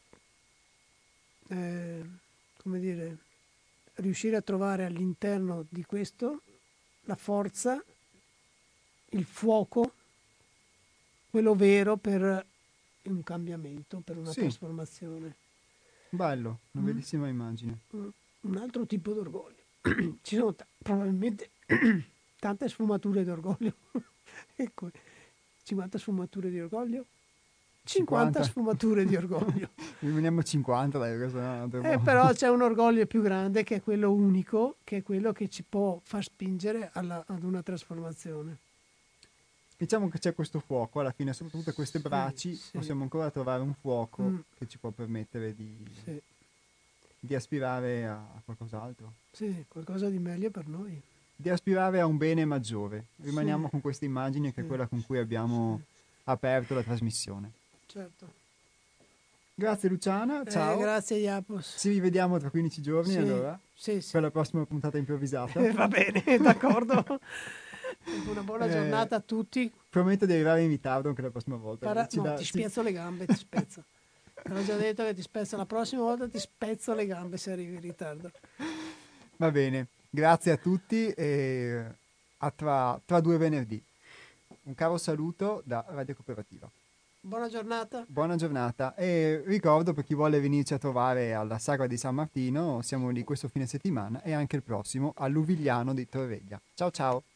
eh, come dire, riuscire a trovare all'interno di questo la forza, il fuoco, quello vero per un cambiamento, per una Sì, trasformazione. bello, una Mm? bellissima immagine. Un altro tipo di orgoglio. Ci sono probabilmente tante sfumature di orgoglio. Ecco, 50 sfumature di orgoglio, 50 50? sfumature di orgoglio. Rimaniamo 50, dai, questo no, Però c'è un orgoglio più grande che è quello unico, che è quello che ci può far spingere ad una trasformazione. Diciamo che c'è questo fuoco, alla fine, sotto tutte queste Sì, braci, sì. possiamo ancora trovare un fuoco Mm, che ci può permettere sì, di aspirare a qualcos'altro. sì, qualcosa di meglio per noi. di aspirare a un bene maggiore. Rimaniamo con questa immagine che è quella con cui abbiamo aperto la trasmissione. Certo. Grazie Luciana, ciao. Grazie Iapos. Ci rivediamo tra 15 giorni allora, per la prossima puntata improvvisata. Va bene, d'accordo. Una buona giornata a tutti. Prometto di arrivare in ritardo anche la prossima volta. Ti spezzo le gambe, ti spezzo. Te l'ho già detto che ti spezzo, la prossima volta ti spezzo le gambe se arrivi in ritardo. Va bene, grazie a tutti e a tra 2 venerdì. Un caro saluto da Radio Cooperativa. Buona giornata. Buona giornata e ricordo per chi vuole venirci a trovare alla Sagra di San Martino, siamo lì questo fine settimana e anche il prossimo a Luvigliano di Torreglia. Ciao ciao!